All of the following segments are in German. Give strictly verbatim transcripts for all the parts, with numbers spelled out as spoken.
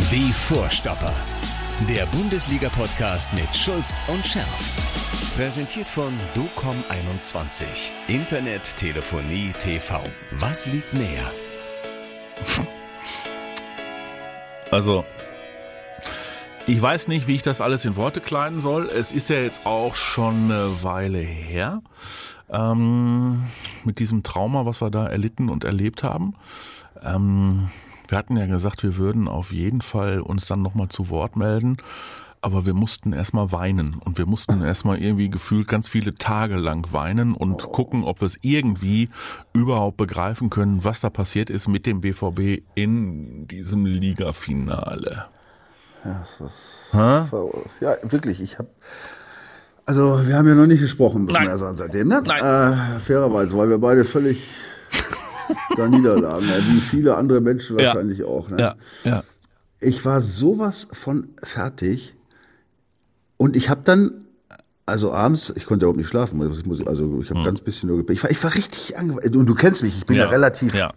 Die Vorstopper. Der Bundesliga-Podcast mit Schulz und Scherf. Präsentiert von docom einundzwanzig. Internet, Telefonie, T V. Was liegt näher? Also, ich weiß nicht, wie ich das alles in Worte kleiden soll. Es ist ja jetzt auch schon eine Weile her, ähm, mit diesem Trauma, was wir da erlitten und erlebt haben. Ähm, wir hatten ja gesagt, wir würden auf jeden Fall uns dann nochmal zu Wort melden. Aber wir mussten erstmal weinen und wir mussten erstmal irgendwie gefühlt ganz viele Tage lang weinen und gucken, ob wir es irgendwie überhaupt begreifen können, was da passiert ist mit dem B V B in diesem Ligafinale. Ja, das, das war, ja, wirklich, ich habe, also wir haben ja noch nicht gesprochen, müssen wir ja sagen, seitdem, ne? Äh, fairerweise, weil wir beide völlig da niederlagen, ja, wie viele andere Menschen wahrscheinlich ja. auch. Ne? Ja, ja. Ich war sowas von fertig und ich habe dann, also abends, ich konnte überhaupt nicht schlafen, also ich habe hm. ganz bisschen nur gepennt. Ich war, ich war richtig angewandt und du kennst mich, ich bin ja, ja relativ ja.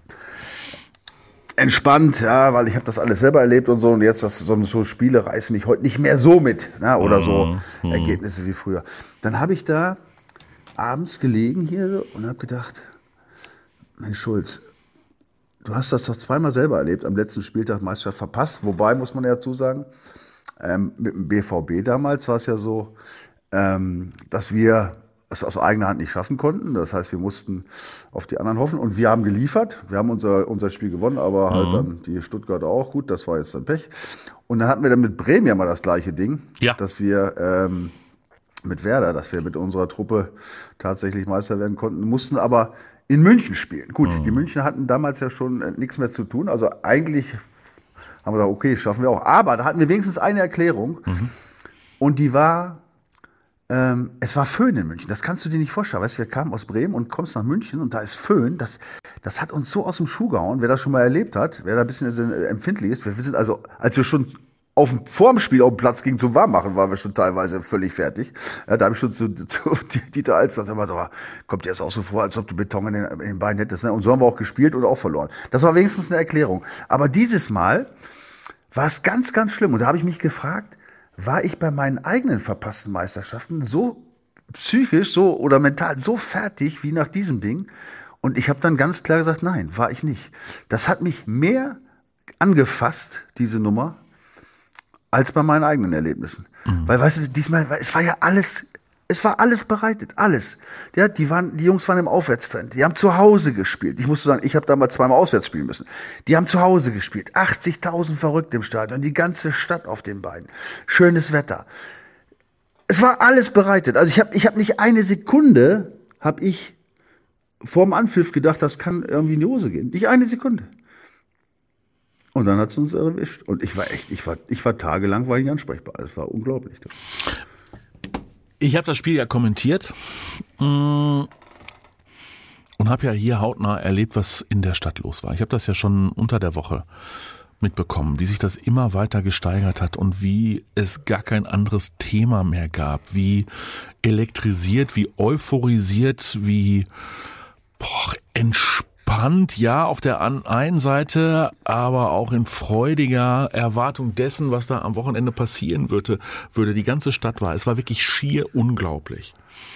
entspannt, ja, weil ich habe das alles selber erlebt und so und jetzt das, so, so Spiele reißen mich heute nicht mehr so mit, ne, oder so hm. Ergebnisse wie früher. Dann habe ich da abends gelegen hier und habe gedacht, Mensch Schulz, du hast das doch zweimal selber erlebt, am letzten Spieltag Meisterschaft verpasst. Wobei, muss man ja dazu sagen, ähm, mit dem B V B damals war es ja so, ähm, dass wir es aus eigener Hand nicht schaffen konnten. Das heißt, wir mussten auf die anderen hoffen und wir haben geliefert. Wir haben unser, unser Spiel gewonnen, aber halt mhm. dann die Stuttgarter auch. Gut, das war jetzt dann Pech. Und dann hatten wir dann mit Bremen ja mal das gleiche Ding, ja. dass wir ähm, mit Werder, dass wir mit unserer Truppe tatsächlich Meister werden konnten, mussten aber in München spielen. Gut, mhm. die München hatten damals ja schon äh, nichts mehr zu tun. Also eigentlich haben wir gesagt, okay, schaffen wir auch. Aber da hatten wir wenigstens eine Erklärung. Mhm. Und die war, ähm, es war Föhn in München. Das kannst du dir nicht vorstellen. Weißt du, wir kamen aus Bremen und kommst nach München und da ist Föhn. Das, das hat uns so aus dem Schuh gehauen. Wer das schon mal erlebt hat, wer da ein bisschen empfindlich ist. Wir sind also, als wir schon auf dem, vor dem Spiel auf dem Platz ging zum Warmmachen, waren wir schon teilweise völlig fertig. Ja, da habe ich schon zu, zu Dieter Alsters immer so, kommt dir das auch so vor, als ob du Beton in den, in den Beinen hättest. Ne? Und so haben wir auch gespielt und auch verloren. Das war wenigstens eine Erklärung. Aber dieses Mal war es ganz, ganz schlimm. Und da habe ich mich gefragt, war ich bei meinen eigenen verpassten Meisterschaften so psychisch so oder mental so fertig wie nach diesem Ding? Und ich habe dann ganz klar gesagt, nein, war ich nicht. Das hat mich mehr angefasst, diese Nummer, als bei meinen eigenen Erlebnissen. Mhm. Weil, weißt du, diesmal, es war ja alles, es war alles bereitet, alles. Ja, die waren, die Jungs waren im Aufwärtstrend. Die haben zu Hause gespielt. Ich musste sagen, ich habe damals zweimal auswärts spielen müssen. Die haben zu Hause gespielt. achtzigtausend verrückt im Stadion. Die ganze Stadt auf den Beinen. Schönes Wetter. Es war alles bereitet. Also ich habe, ich habe nicht eine Sekunde, habe ich vorm Anpfiff gedacht, das kann irgendwie in die Hose gehen. Nicht eine Sekunde. Und dann hat es uns erwischt. Und ich war echt, ich war, ich war tagelang war ich nicht ansprechbar. Es war unglaublich. Ich habe das Spiel ja kommentiert und habe ja hier hautnah erlebt, was in der Stadt los war. Ich habe das ja schon unter der Woche mitbekommen, wie sich das immer weiter gesteigert hat und wie es gar kein anderes Thema mehr gab, wie elektrisiert, wie euphorisiert, wie boah, entspannt. Ja, auf der einen Seite, aber auch in freudiger Erwartung dessen, was da am Wochenende passieren würde, würde die ganze Stadt war. Es war wirklich schier unglaublich.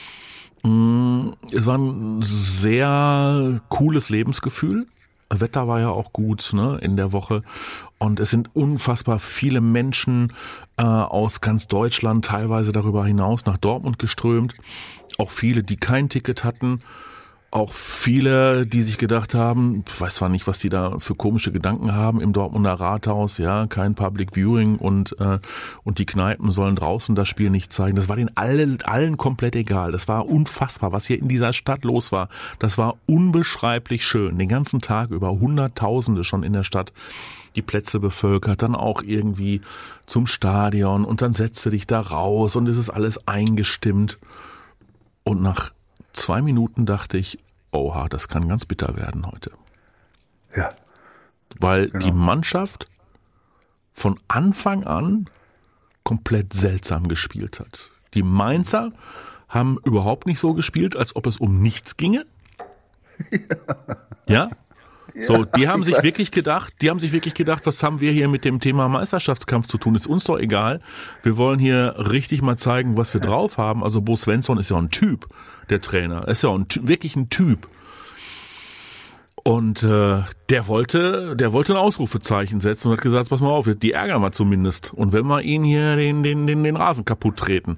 Es war ein sehr cooles Lebensgefühl. Wetter war ja auch gut, ne, in der Woche. Und es sind unfassbar viele Menschen äh, aus ganz Deutschland, teilweise darüber hinaus nach Dortmund geströmt. Auch viele, die kein Ticket hatten. Auch viele, die sich gedacht haben, ich weiß zwar nicht, was die da für komische Gedanken haben im Dortmunder Rathaus, ja, kein Public Viewing und äh, und die Kneipen sollen draußen das Spiel nicht zeigen. Das war denen allen, allen komplett egal. Das war unfassbar, was hier in dieser Stadt los war. Das war unbeschreiblich schön. Den ganzen Tag über Hunderttausende schon in der Stadt, die Plätze bevölkert, dann auch irgendwie zum Stadion und dann setzt du dich da raus und es ist alles eingestimmt. Und nach zwei Minuten dachte ich, oha, das kann ganz bitter werden heute. Ja. Weil genau. die Mannschaft von Anfang an komplett seltsam gespielt hat. Die Mainzer haben überhaupt nicht so gespielt, als ob es um nichts ginge. Ja. ja? So, die haben sich weiß. wirklich gedacht, die haben sich wirklich gedacht, was haben wir hier mit dem Thema Meisterschaftskampf zu tun? Ist uns doch egal. Wir wollen hier richtig mal zeigen, was wir drauf haben. Also Bo Svensson ist ja ein Typ, der Trainer. Ist ja ein, wirklich ein Typ. Und äh, der wollte, der wollte ein Ausrufezeichen setzen und hat gesagt, pass mal auf, die ärgern wir zumindest. Und wenn wir ihn hier den, den, den, den Rasen kaputt treten.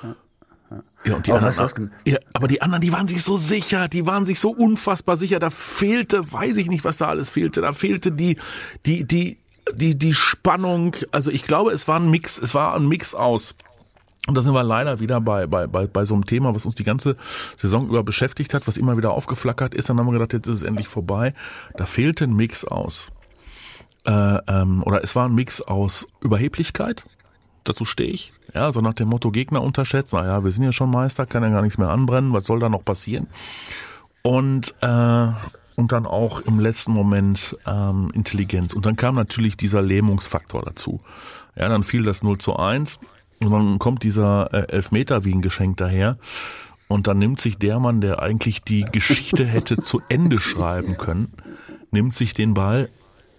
Ja, und die aber, anderen, was, was, ja, aber die anderen, die waren sich so sicher, die waren sich so unfassbar sicher. Da fehlte, weiß ich nicht, was da alles fehlte. Da fehlte die, die, die, die, die Spannung. Also ich glaube, es war ein Mix, es war ein Mix aus. Und da sind wir leider wieder bei, bei, bei, bei so einem Thema, was uns die ganze Saison über beschäftigt hat, was immer wieder aufgeflackert ist. Dann haben wir gedacht, jetzt ist es endlich vorbei. Da fehlte ein Mix aus. Äh, ähm, oder es war ein Mix aus Überheblichkeit. Dazu stehe ich. Ja, so nach dem Motto Gegner unterschätzt. Naja, wir sind ja schon Meister, kann ja gar nichts mehr anbrennen. Was soll da noch passieren? Und, äh, und dann auch im letzten Moment ähm, Intelligenz. Und dann kam natürlich dieser Lähmungsfaktor dazu. Ja, dann fiel das null zu eins. Und dann kommt dieser äh, Elfmeter wie ein Geschenk daher. Und dann nimmt sich der Mann, der eigentlich die Geschichte hätte zu Ende schreiben können, nimmt sich den Ball,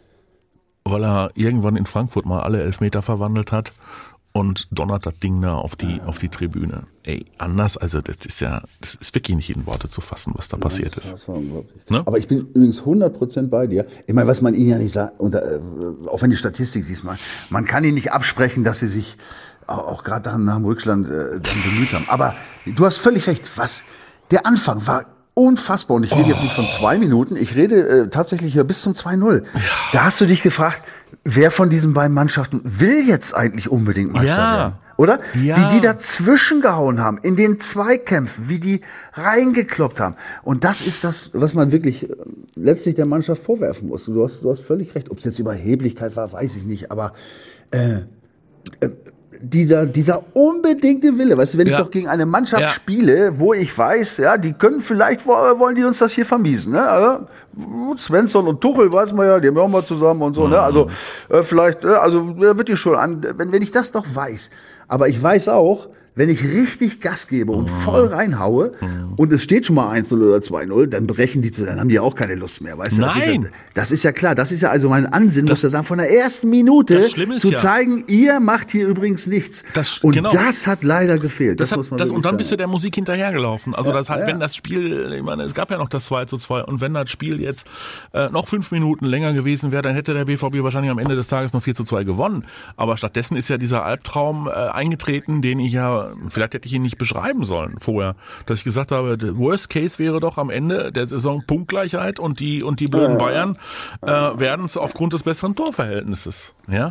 weil er irgendwann in Frankfurt mal alle Elfmeter verwandelt hat und donnert das Ding da auf die, auf die Tribüne. Ey, anders, also das ist ja, das ist wirklich nicht in Worte zu fassen, was da passiert ist. Das war unglaublich. Ne? Aber ich bin übrigens hundert Prozent bei dir. Ich meine, was man ihnen ja nicht sagt, und, äh, auch wenn die Statistik siehst, man, man kann ihnen nicht absprechen, dass sie sich auch gerade nach dem Rückstand äh, dann bemüht haben. Aber du hast völlig recht, was der Anfang war unfassbar. Und ich rede oh. jetzt nicht von zwei Minuten, ich rede äh, tatsächlich hier bis zum zwei null. Ja. Da hast du dich gefragt, wer von diesen beiden Mannschaften will jetzt eigentlich unbedingt Meister ja. werden? Oder? Ja. Wie die dazwischen gehauen haben, in den Zweikämpfen, wie die reingekloppt haben. Und das ist das, was man wirklich letztlich der Mannschaft vorwerfen muss. Du hast, du hast völlig recht. Ob es jetzt Überheblichkeit war, weiß ich nicht. Aber äh, äh, dieser, dieser unbedingte Wille, weißt du, wenn ja. ich doch gegen eine Mannschaft ja. spiele, wo ich weiß, ja, die können vielleicht, wollen die uns das hier vermiesen, ne? Also, Svensson und Tuchel, weiß man ja, die haben ja auch mal zusammen und so, mhm. ne? Also, äh, vielleicht, äh, also, da wird die schon an, wenn, wenn ich das doch weiß. Aber ich weiß auch, wenn ich richtig Gas gebe und voll reinhaue mhm. und es steht schon mal eins null oder zwei null, dann brechen die, dann haben die auch keine Lust mehr, weißt du? Das Nein. ist ja, das ist ja klar, das ist ja also mein Ansinnen, muss ich sagen, von der ersten Minute zu ja. zeigen, ihr macht hier übrigens nichts. Das, und genau. das hat leider gefehlt. Das, das muss man das, und dann sagen. bist du der Musik hinterhergelaufen. Also ja, das hat, ja. wenn das Spiel, ich meine, es gab ja noch das zwei zu zwei und wenn das Spiel jetzt äh, noch fünf Minuten länger gewesen wäre, dann hätte der B V B wahrscheinlich am Ende des Tages noch vier zu zwei gewonnen. Aber stattdessen ist ja dieser Albtraum äh, eingetreten, den ich ja, vielleicht hätte ich ihn nicht beschreiben sollen vorher, dass ich gesagt habe, der Worst Case wäre doch am Ende der Saison Punktgleichheit und die und die blöden äh, Bayern äh, werden es aufgrund des besseren Torverhältnisses. Ja.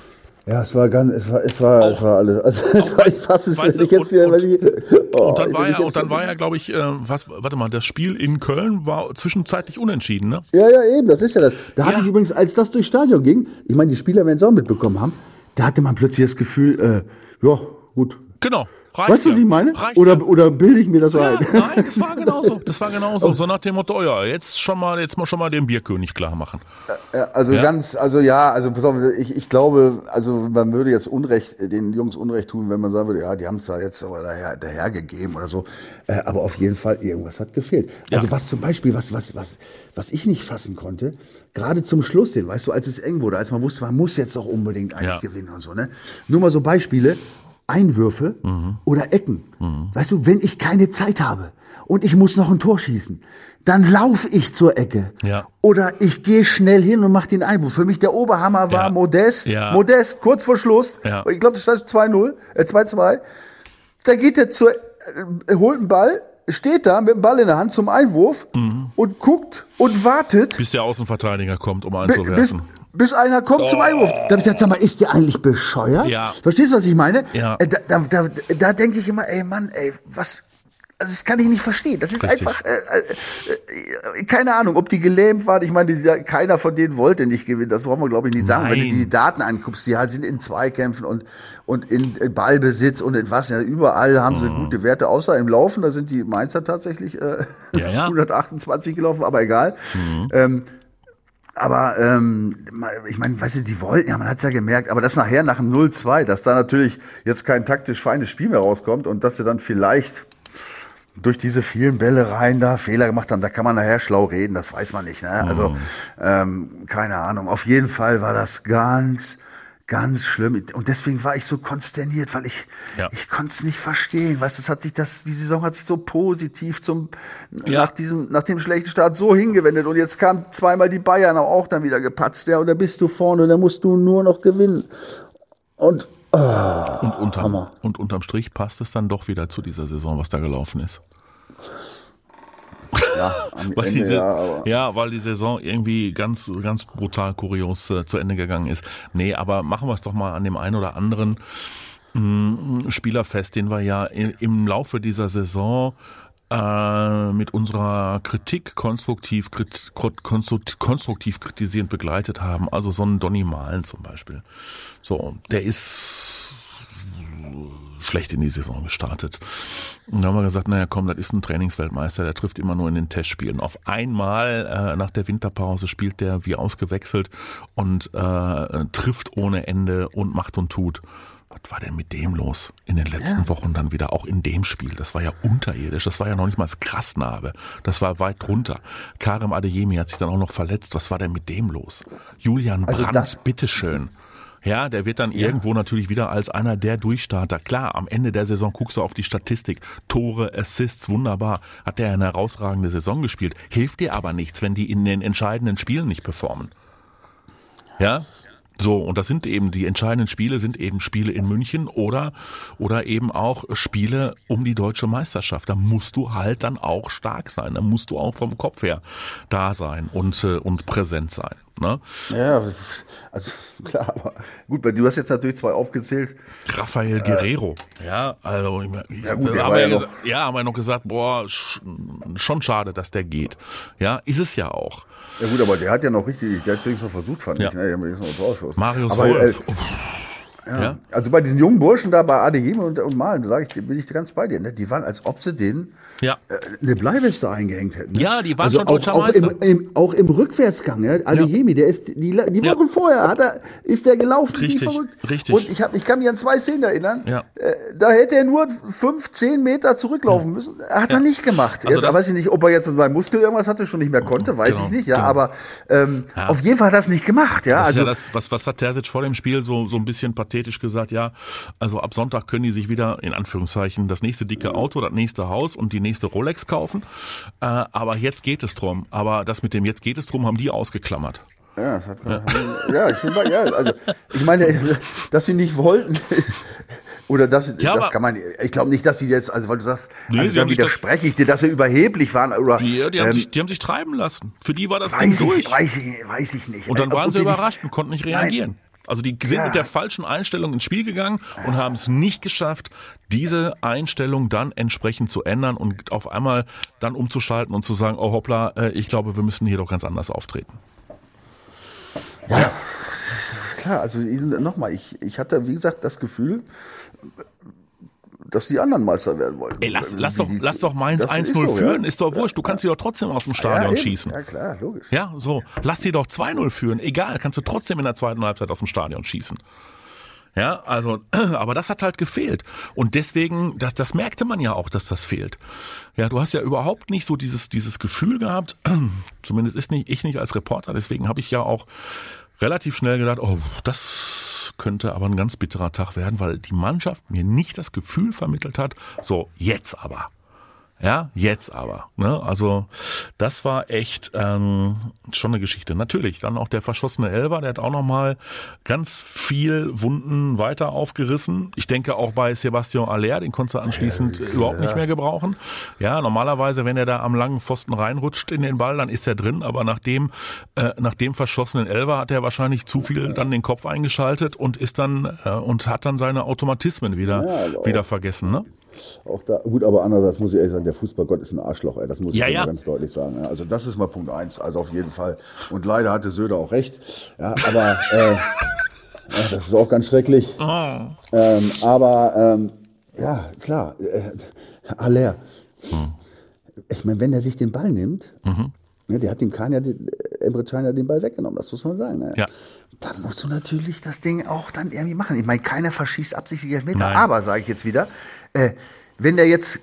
Ja, es war ganz, es war, es war, auch, es war alles. Also es war, ich fasse es weißt nicht jetzt wieder, und, weil ich, oh, und dann war ja, jetzt, und dann war ja, glaube ich, äh, was, warte mal, das Spiel in Köln war zwischenzeitlich unentschieden, ne? Ja, ja, eben, das ist ja das. Da hatte ja. ich übrigens, als das durchs Stadion ging, ich meine, die Spieler werden es auch mitbekommen haben, da hatte man plötzlich das Gefühl, äh, ja, gut. Genau. Reicht weißt du, was ich meine? Reicht oder, oder bilde ich mir das ja, ein? Nein, das war genauso. Das war genauso. So nach dem Motto, oh ja, jetzt schon mal, jetzt mal schon mal den Bierkönig klar machen. Also ja? ganz, also ja, also pass auf, ich, ich glaube, also man würde jetzt Unrecht, den Jungs Unrecht tun, wenn man sagen würde, ja, die haben es da jetzt aber daher, dahergegeben oder so. Aber auf jeden Fall, irgendwas hat gefehlt. Ja. Also was zum Beispiel, was, was, was, was ich nicht fassen konnte, gerade zum Schluss hin, weißt du, als es eng wurde, als man wusste, man muss jetzt auch unbedingt eigentlich ja. gewinnen und so, ne? Nur mal so Beispiele. Einwürfe mhm. oder Ecken. Mhm. Weißt du, wenn ich keine Zeit habe und ich muss noch ein Tor schießen, dann laufe ich zur Ecke. Ja. Oder ich gehe schnell hin und mache den Einwurf. Für mich der Oberhammer war ja. Modest. Ja. Modest, kurz vor Schluss. Ja. Ich glaube, das stand zwei null, äh, zwei zwei. Da geht er zur, äh, holt einen Ball, steht da mit dem Ball in der Hand zum Einwurf mhm. und guckt und wartet. Bis der Außenverteidiger kommt, um einzuwerfen. Bis, bis einer kommt oh. zum Einwurf. Da habe ich gedacht, sag mal, ist der eigentlich bescheuert? Ja. Verstehst du, was ich meine? Ja. Da, da, da, da denke ich immer, ey Mann, ey, was, also das kann ich nicht verstehen. Das ist Richtig. einfach, äh, äh, keine Ahnung, ob die gelähmt waren. Ich meine, die, keiner von denen wollte nicht gewinnen. Das brauchen wir, glaube ich, nicht sagen. Nein. Wenn du die Daten anguckst, die sind in Zweikämpfen und, und in, in Ballbesitz und in was, ja, überall haben sie mhm. gute Werte, außer im Laufen, da sind die Mainzer tatsächlich äh, ja, ja. hundertachtundzwanzig gelaufen, aber egal. Mhm. Ähm, Aber ähm, ich meine, weißt du, die wollten, ja, man hat's ja gemerkt, aber das nachher nach dem null zwei, dass da natürlich jetzt kein taktisch feines Spiel mehr rauskommt und dass sie dann vielleicht durch diese vielen Bälle rein da Fehler gemacht haben. Da kann man nachher schlau reden, das weiß man nicht. Ne? Also Mhm. ähm, keine Ahnung. Auf jeden Fall war das ganz, ganz schlimm. Und deswegen war ich so konsterniert, weil ich, Ja. ich konnte es nicht verstehen. Weißt du, es hat sich das, die Saison hat sich so positiv zum, Ja. nach diesem, nach dem schlechten Start so hingewendet. Und jetzt kamen zweimal die Bayern auch dann wieder gepatzt. Ja, und da bist du vorne und da musst du nur noch gewinnen. Und, ah, Und unterm, Hammer. und unterm Strich passt es dann doch wieder zu dieser Saison, was da gelaufen ist. Ja, am Weil Ende, die, ja, aber. ja, weil die Saison irgendwie ganz, ganz brutal kurios äh, zu Ende gegangen ist. Nee, aber machen wir es doch mal an dem einen oder anderen mh, Spieler fest, den wir ja i- im Laufe dieser Saison äh, mit unserer Kritik konstruktiv, krit, konstruktiv, konstruktiv kritisierend begleitet haben. Also so ein Donny Malen zum Beispiel. So, der ist schlecht in die Saison gestartet. Und dann haben wir gesagt, naja komm, das ist ein Trainingsweltmeister, der trifft immer nur in den Testspielen. Auf einmal äh, nach der Winterpause spielt der wie ausgewechselt und äh, trifft ohne Ende und macht und tut. Was war denn mit dem los in den letzten Ja. Wochen dann wieder, auch in dem Spiel? Das war ja unterirdisch, das war ja noch nicht mal das Krasnabe, das war weit drunter. Karim Adeyemi hat sich dann auch noch verletzt, was war denn mit dem los? Julian Also Brandt, das- bitteschön. Ja, der wird dann irgendwo natürlich wieder als einer der Durchstarter. Klar, am Ende der Saison guckst du auf die Statistik. Tore, Assists, wunderbar. Hat der eine herausragende Saison gespielt. Hilft dir aber nichts, wenn die in den entscheidenden Spielen nicht performen. Ja? So, und das sind eben, die entscheidenden Spiele sind eben Spiele in München oder, oder eben auch Spiele um die deutsche Meisterschaft. Da musst du halt dann auch stark sein. Da musst du auch vom Kopf her da sein und, äh, und präsent sein. Ne? Ja, also klar, aber gut, du hast jetzt natürlich zwei aufgezählt. Rafael Guerrero. Ja, also ich, Ja, gut, da der haben war wir ja ja, noch- gesagt, ja, haben wir noch gesagt, boah, sch, schon schade, dass der geht. Ja, ist es ja auch. Ja gut, aber der hat ja noch richtig, der hat wenigstens noch versucht, fand Ja. ich. Ne? Der hat wenigstens noch Torschuss. Marius aber, Wolf. Äh, ja. Ja. Also bei diesen jungen Burschen da, bei Adeyemi und, und Malen, da sag ich, bin ich ganz bei dir. Ne? Die waren, als ob sie denen Ja. äh, eine Bleiweste eingehängt hätten. Ne? Ja, die waren also schon auch, deutscher auch im, Meister. im, auch im Rückwärtsgang. Ja? Adeyemi, der ist die, die Ja. Wochen vorher hat er, ist der gelaufen Richtig, wie verrückt. richtig. Und ich, hab, ich kann mich an zwei Szenen erinnern. Ja. Äh, da hätte er nur fünf, zehn Meter zurücklaufen müssen. Hat er nicht gemacht. Also jetzt das- weiß ich nicht, ob er jetzt mit seinem Muskel irgendwas hatte, schon nicht mehr konnte, weiß Genau, ich nicht. Ja, genau. aber ähm, Ja. auf jeden Fall hat er es nicht gemacht. Ja, Das ist also ja das, was, was hat Terzic vor dem Spiel so, so ein bisschen pathetisch gesagt, ja, also ab Sonntag können die sich wieder, in Anführungszeichen, das nächste dicke Auto, das nächste Haus und die nächste Rolex kaufen, äh, aber jetzt geht es drum. Aber das mit dem jetzt geht es drum, haben die ausgeklammert. Ja, das hat, ja. ja, ich bin bei, ja, also ich meine, dass sie nicht wollten oder dass Ja, das aber- kann man. Ich glaube nicht, dass sie jetzt, also weil du sagst, Nee, also sie da haben sich das- widerspreche ich dir, dass sie überheblich waren oder Die, die, haben ähm, sich, die haben sich treiben lassen. Für die war das Ding weiß durch. ich, weiß ich, weiß ich nicht. Und dann waren Ob sie die nicht- überrascht und konnten nicht reagieren. Also die sind Ja. mit der falschen Einstellung ins Spiel gegangen und haben es nicht geschafft, diese Einstellung dann entsprechend zu ändern und auf einmal dann umzuschalten und zu sagen, oh hoppla, äh, ich glaube, wir müssen hier doch ganz anders auftreten. Ja, klar, also nochmal, ich, ich hatte, wie gesagt, das Gefühl, dass die anderen Meister werden wollten. Ey, lass, lass, Wie doch, die- lass doch Mainz das eins ist null so, führen, ja. ist doch wurscht. Du kannst sie doch trotzdem aus dem Ja, Stadion eben. schießen. Ja, klar, logisch. Ja, so. Lass sie doch zwei null führen. Egal, kannst du trotzdem in der zweiten Halbzeit aus dem Stadion schießen. Ja, also, aber das hat halt gefehlt. Und deswegen, das, das merkte man ja auch, dass das fehlt. Ja, du hast ja überhaupt nicht so dieses, dieses Gefühl gehabt, zumindest ist nicht, ich nicht als Reporter, deswegen habe ich ja auch relativ schnell gedacht, oh, das könnte aber ein ganz bitterer Tag werden, weil die Mannschaft mir nicht das Gefühl vermittelt hat, so, jetzt aber. Ja, jetzt aber. Ne? Also das war echt ähm, schon eine Geschichte. Natürlich, dann auch der verschossene Elfer, der hat auch nochmal ganz viel Wunden weiter aufgerissen. Ich denke auch bei Sebastian Aller, den konntest du anschließend ja, überhaupt nicht mehr gebrauchen. Ja, normalerweise, wenn er da am langen Pfosten reinrutscht in den Ball, dann ist er drin. Aber nach dem, äh, nach dem verschossenen Elfer hat er wahrscheinlich zu viel dann den Kopf eingeschaltet und ist dann äh, und hat dann seine Automatismen wieder, Ja, also wieder vergessen. Ne? Auch da, gut, aber andererseits muss ich ehrlich sagen, der Fußballgott ist ein Arschloch, ey. Das muss Ja, ich ja. mal ganz deutlich sagen. ja. Also das ist mal Punkt eins, also auf jeden Fall. Und leider hatte Söder auch recht. Ja, aber äh, ja, das ist auch ganz schrecklich. Oh. Ähm, aber ähm, ja, klar, äh, Aller. Hm. Ich meine, wenn er sich den Ball nimmt, Mhm. ne, der hat dem Kahn ja, den- äh, Emre Can ja den Ball weggenommen, das muss man sagen. Ne? Ja. Dann musst du natürlich das Ding auch dann irgendwie machen. Ich meine, keiner verschießt absichtlich Elfmeter, Nein. aber, sage ich jetzt wieder, äh, wenn der jetzt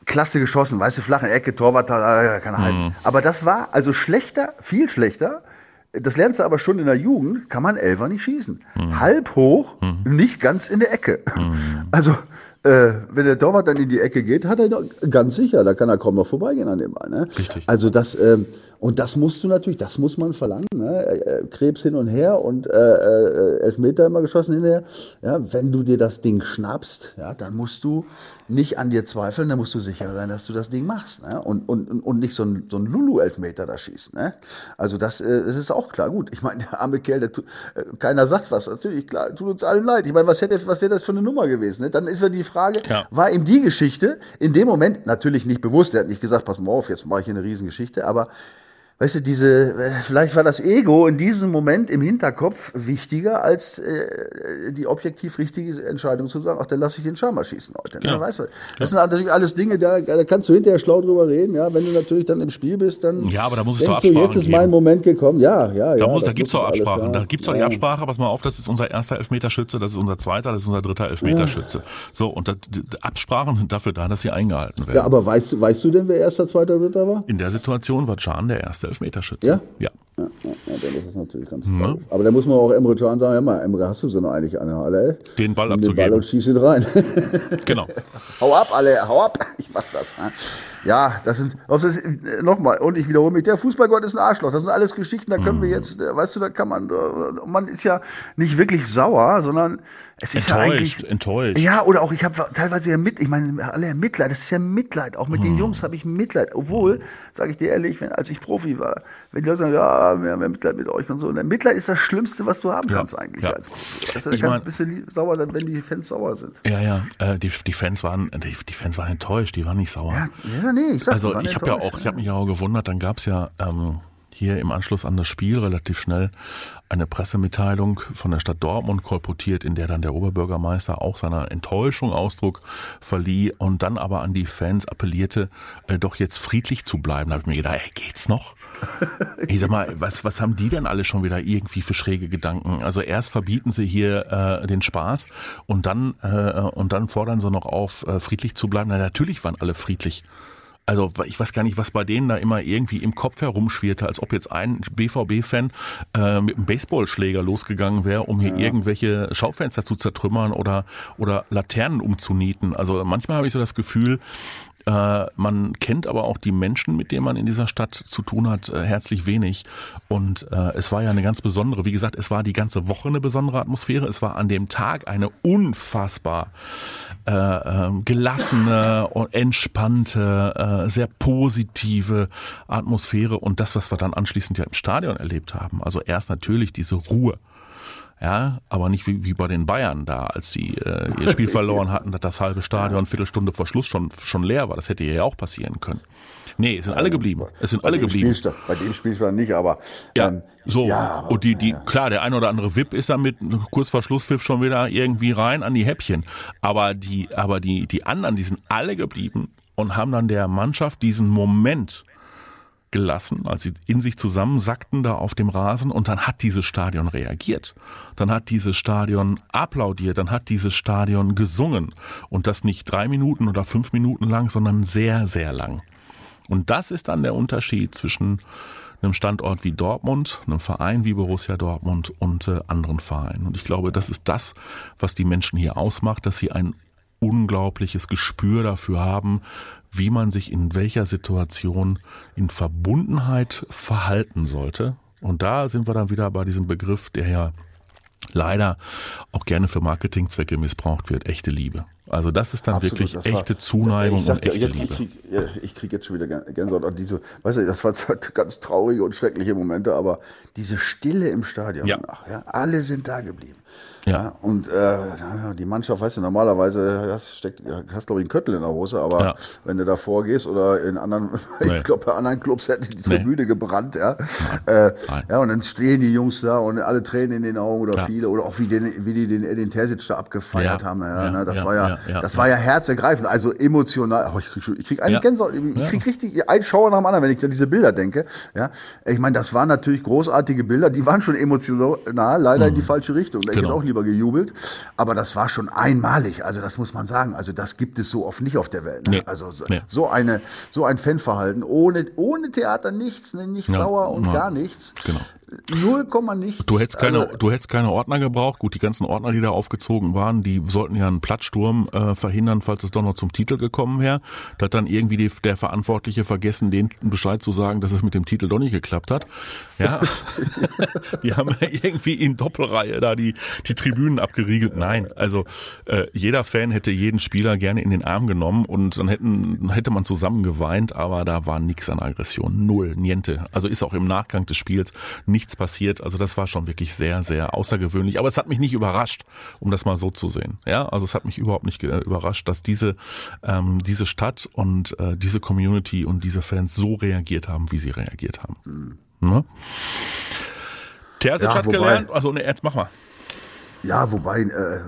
klasse geschossen, weißt du, flache Ecke, Torwart, da kann er halten. Mhm. Aber das war also schlechter, viel schlechter. Das lernst du aber schon in der Jugend, kann man Elfer nicht schießen. Mhm. Halb hoch, mhm. nicht ganz in der Ecke. Mhm. Also, äh, wenn der Torwart dann in die Ecke geht, hat er noch, ganz sicher, da kann er kaum noch vorbeigehen an dem Ball. Ne? Richtig. Also das, ähm, und das musst du natürlich, das muss man verlangen. Ne? Krebs hin und her und äh, äh, Elfmeter immer geschossen hinterher. Ja, wenn du dir das Ding schnappst, ja, dann musst du nicht an dir zweifeln, dann musst du sicher sein, dass du das Ding machst. Ne? Und, und, und nicht so ein, so ein Lulu-Elfmeter da schießen. Ne? Also das, äh, das ist auch klar. Gut, ich meine, der arme Kerl, der tu, äh, keiner sagt was. Natürlich, klar, tut uns allen leid. Ich meine, was hätte, was wäre das für eine Nummer gewesen? Ne? Dann ist wieder die Frage, ja. War ihm die Geschichte in dem Moment natürlich nicht bewusst. Er hat nicht gesagt, pass mal auf, jetzt mache ich hier eine Riesengeschichte, aber weißt du, diese, vielleicht war das Ego in diesem Moment im Hinterkopf wichtiger als äh, die objektiv richtige Entscheidung zu sagen, ach, dann lasse ich den Schirmer schießen heute. Ne? Ja. Weißt du, das ja. sind natürlich alles Dinge, da, da kannst du hinterher schlau drüber reden, ja. Wenn du natürlich dann im Spiel bist, dann ja, aber da muss es denkst doch Absprachen du, jetzt ist geben. mein Moment gekommen. Ja, ja, da ja. Muss, da gibt's doch Absprachen. Alles, ja. Da gibt's doch ja. die Absprache, pass mal auf, das ist unser erster Elfmeterschütze, das ist unser zweiter, das ist unser dritter Elfmeterschütze. Ja. So, und das, die Absprachen sind dafür da, dass sie eingehalten werden. Ja, aber weißt du, weißt du denn, wer erster, zweiter, dritter war? In der Situation war Can der erste Elfmeterschütze. Ja? Ja. Ja, ja, ja, dann ist es natürlich ganz mhm. drauf. Aber da muss man auch Emre Can sagen, ja mal, Emre, hast du so noch eigentlich eine Halle? Den Ball Nimm abzugeben. Den Ball und schieß ihn rein. Genau. Hau ab, alle, hau ab. Ich mach das. Ne? Ja, das sind, das ist, nochmal, und ich wiederhole mich, der Fußballgott ist ein Arschloch. Das sind alles Geschichten, da können mhm. wir jetzt, weißt du, da kann man, man ist ja nicht wirklich sauer, sondern es ist enttäuscht, ja eigentlich, enttäuscht. Ja, oder auch, ich habe teilweise ja mit, ich meine, alle Mitleid, das ist ja Mitleid. Auch mit hm. den Jungs habe ich Mitleid. Obwohl, sage ich dir ehrlich, wenn, als ich Profi war, wenn die Leute sagen, ja, wir haben ja Mitleid mit euch und so. Und Mitleid ist das Schlimmste, was du haben ja. kannst eigentlich ja. als Profi. Also, ich kann mein, ein bisschen sauer, wenn die Fans sauer sind. Ja, ja, äh, die, die Fans waren, die, die Fans waren enttäuscht, die waren nicht sauer. Ja, ja nee, ich sag, also ich habe ja auch, ich habe mich ja auch gewundert, dann gab's ja ähm, hier im Anschluss an das Spiel relativ schnell eine Pressemitteilung von der Stadt Dortmund kolportiert, in der dann der Oberbürgermeister auch seiner Enttäuschung Ausdruck verlieh und dann aber an die Fans appellierte, äh, doch jetzt friedlich zu bleiben. Da habe ich mir gedacht, hey, geht's noch? Ich sag mal, was, was haben die denn alle schon wieder irgendwie für schräge Gedanken? Also erst verbieten sie hier äh, den Spaß und dann äh, und dann fordern sie noch auf, äh, friedlich zu bleiben. Na, natürlich waren alle friedlich. Also ich weiß gar nicht, was bei denen da immer irgendwie im Kopf herumschwirrte, als ob jetzt ein B V B-Fan äh, mit einem Baseballschläger losgegangen wäre, um hier ja. irgendwelche Schaufenster zu zertrümmern oder oder Laternen umzunieten. Also manchmal habe ich so das Gefühl, äh, man kennt aber auch die Menschen, mit denen man in dieser Stadt zu tun hat, äh, herzlich wenig. Und äh, es war ja eine ganz besondere, wie gesagt, es war die ganze Woche eine besondere Atmosphäre. Es war an dem Tag eine unfassbar äh, äh, gelassene und entspannte, äh, sehr positive Atmosphäre. Und das, was wir dann anschließend ja im Stadion erlebt haben. Also erst natürlich diese Ruhe. Ja, aber nicht wie, wie bei den Bayern da, als sie äh, ihr Spiel verloren hatten, dass das halbe Stadion Viertelstunde vor Schluss schon schon leer war. Das hätte ja auch passieren können. Nee, es sind alle geblieben. Es sind bei alle geblieben. Spielstand, bei dem Spielstand nicht, aber ja, ähm, so ja, aber, und die die ja. klar, der ein oder andere V I P ist damit kurz vor Schlusspfiff schon wieder irgendwie rein an die Häppchen. Aber die aber die die anderen, die sind alle geblieben und haben dann der Mannschaft diesen Moment gelassen, als sie in sich zusammensackten da auf dem Rasen und dann hat dieses Stadion reagiert. Dann hat dieses Stadion applaudiert, dann hat dieses Stadion gesungen und das nicht drei Minuten oder fünf Minuten lang, sondern sehr, sehr lang. Und das ist dann der Unterschied zwischen einem Standort wie Dortmund, einem Verein wie Borussia Dortmund und äh, anderen Vereinen. Und ich glaube, das ist das, was die Menschen hier ausmacht, dass sie ein unglaubliches Gespür dafür haben, wie man sich in welcher Situation in Verbundenheit verhalten sollte. Und da sind wir dann wieder bei diesem Begriff, der ja leider auch gerne für Marketingzwecke missbraucht wird, echte Liebe. Also das ist dann Absolut, wirklich echte war, Zuneigung und echte jetzt, Liebe. Ich kriege ich krieg jetzt schon wieder Gänsehaut an diese, weißt du, das waren ganz traurige und schreckliche Momente, aber diese Stille im Stadion ja. danach, ja, alle sind da geblieben. Ja. ja und äh, die Mannschaft, weißt du, normalerweise hast steckt, hast glaube ich einen Köttel in der Hose, aber ja. wenn du da vorgehst oder in anderen, nee. ich glaube bei anderen Clubs hätte die Tribüne nee. gebrannt, ja. Nein. Äh, Nein. Ja, und dann stehen die Jungs da und alle Tränen in den Augen oder ja. viele oder auch wie, den, wie die den Edin Terzic da abgefeiert ja. haben, ja, ja. Ne, das ja. war ja, ja. Ja, ja, das ja. war ja herzergreifend, also emotional. Oh, ich krieg, schon- ich krieg eine Ja. Gänsehaut, ich krieg richtig einen Schauer nach dem anderen, wenn ich an diese Bilder denke. Ja, ich meine, das waren natürlich großartige Bilder, die waren schon emotional, leider mhm. in die falsche Richtung. Ich Genau. hätte auch lieber gejubelt, aber das war schon einmalig. Also das muss man sagen. Also das gibt es so oft nicht auf der Welt. Ne? Nee. Also so, Nee. so eine, so ein Fanverhalten ohne, ohne Theater nichts, ne, nicht Ja. sauer und Ja. gar nichts. Genau. null Komma nichts. Du hättest keine, Also, du hättest keine Ordner gebraucht. Gut, die ganzen Ordner, die da aufgezogen waren, die sollten ja einen Plattsturm äh, verhindern, falls es doch noch zum Titel gekommen wäre. Da hat dann irgendwie die, der Verantwortliche vergessen, den Bescheid zu sagen, dass es mit dem Titel doch nicht geklappt hat. Ja, die haben ja irgendwie in Doppelreihe da die die Tribünen abgeriegelt. Nein, also äh, jeder Fan hätte jeden Spieler gerne in den Arm genommen und dann hätten dann hätte man zusammen geweint, aber da war nichts an Aggression, null, niente. Also ist auch im Nachgang des Spiels nichts passiert. Also das war schon wirklich sehr, sehr außergewöhnlich. Aber es hat mich nicht überrascht, um das mal so zu sehen. Ja, also es hat mich überhaupt nicht ge- überrascht, dass diese ähm, diese Stadt und äh, diese Community und diese Fans so reagiert haben, wie sie reagiert haben. Mhm. Ne? Terzic Ja, hat wobei- gelernt. Also ne, jetzt mach mal. Ja, wobei, äh,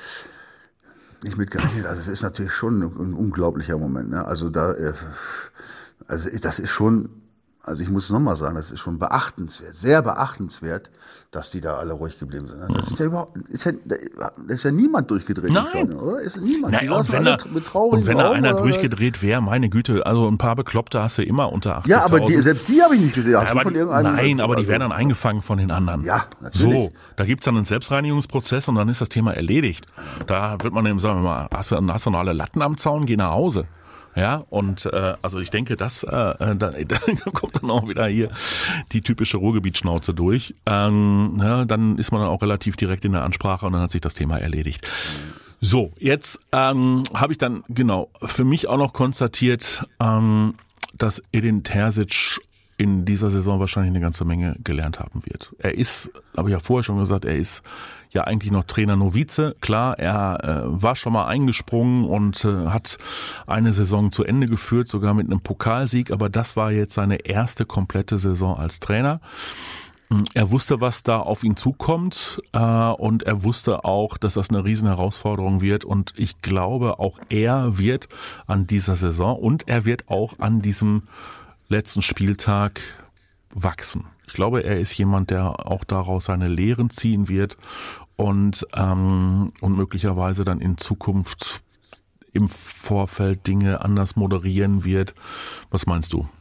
nicht mitgerechnet, also es ist natürlich schon ein, ein unglaublicher Moment. Ne? Also da, äh, also das ist schon, also ich muss es nochmal sagen, das ist schon beachtenswert, sehr beachtenswert, dass die da alle ruhig geblieben sind. Ne? Das ist ja überhaupt, ist ja, da ist ja niemand durchgedreht im Nein. Stadion, oder? Ist ja niemand. Nein, Die und saßen wenn, alle da, mit traurigen und wenn da Augen, einer oder? durchgedreht wäre, meine Güte, also ein paar Bekloppte hast du immer unter achtzigtausend. Ja, aber die, selbst die habe ich nicht gesehen. Hast Ja, du aber von die, irgendeinem, nein, aber die also- werden dann eingefangen von den anderen. Ja, natürlich. So, da gibt's dann einen Selbstreinigungsprozess und dann ist das Thema erledigt. Da wird man eben sagen, mal, hast du, hast du noch alle Latten am Zaun, geh nach Hause. Ja, und äh, also ich denke, das äh, da, da kommt dann auch wieder hier die typische Ruhrgebietsschnauze durch. Ähm, ja, dann ist man dann auch relativ direkt in der Ansprache und dann hat sich das Thema erledigt. So, jetzt ähm, habe ich dann genau für mich auch noch konstatiert, ähm, dass Edin Terzic in dieser Saison wahrscheinlich eine ganze Menge gelernt haben wird. Er ist, habe ich ja vorher schon gesagt, er ist ja eigentlich noch Trainer Novize. Klar, er äh, war schon mal eingesprungen und äh, hat eine Saison zu Ende geführt, sogar mit einem Pokalsieg, aber das war jetzt seine erste komplette Saison als Trainer. Er wusste, was da auf ihn zukommt, äh, und er wusste auch, dass das eine riesen Herausforderung wird, und ich glaube, auch er wird an dieser Saison und er wird auch an diesem letzten Spieltag wachsen. Ich glaube, er ist jemand, der auch daraus seine Lehren ziehen wird und ähm, und möglicherweise dann in Zukunft im Vorfeld Dinge anders moderieren wird. Was meinst du?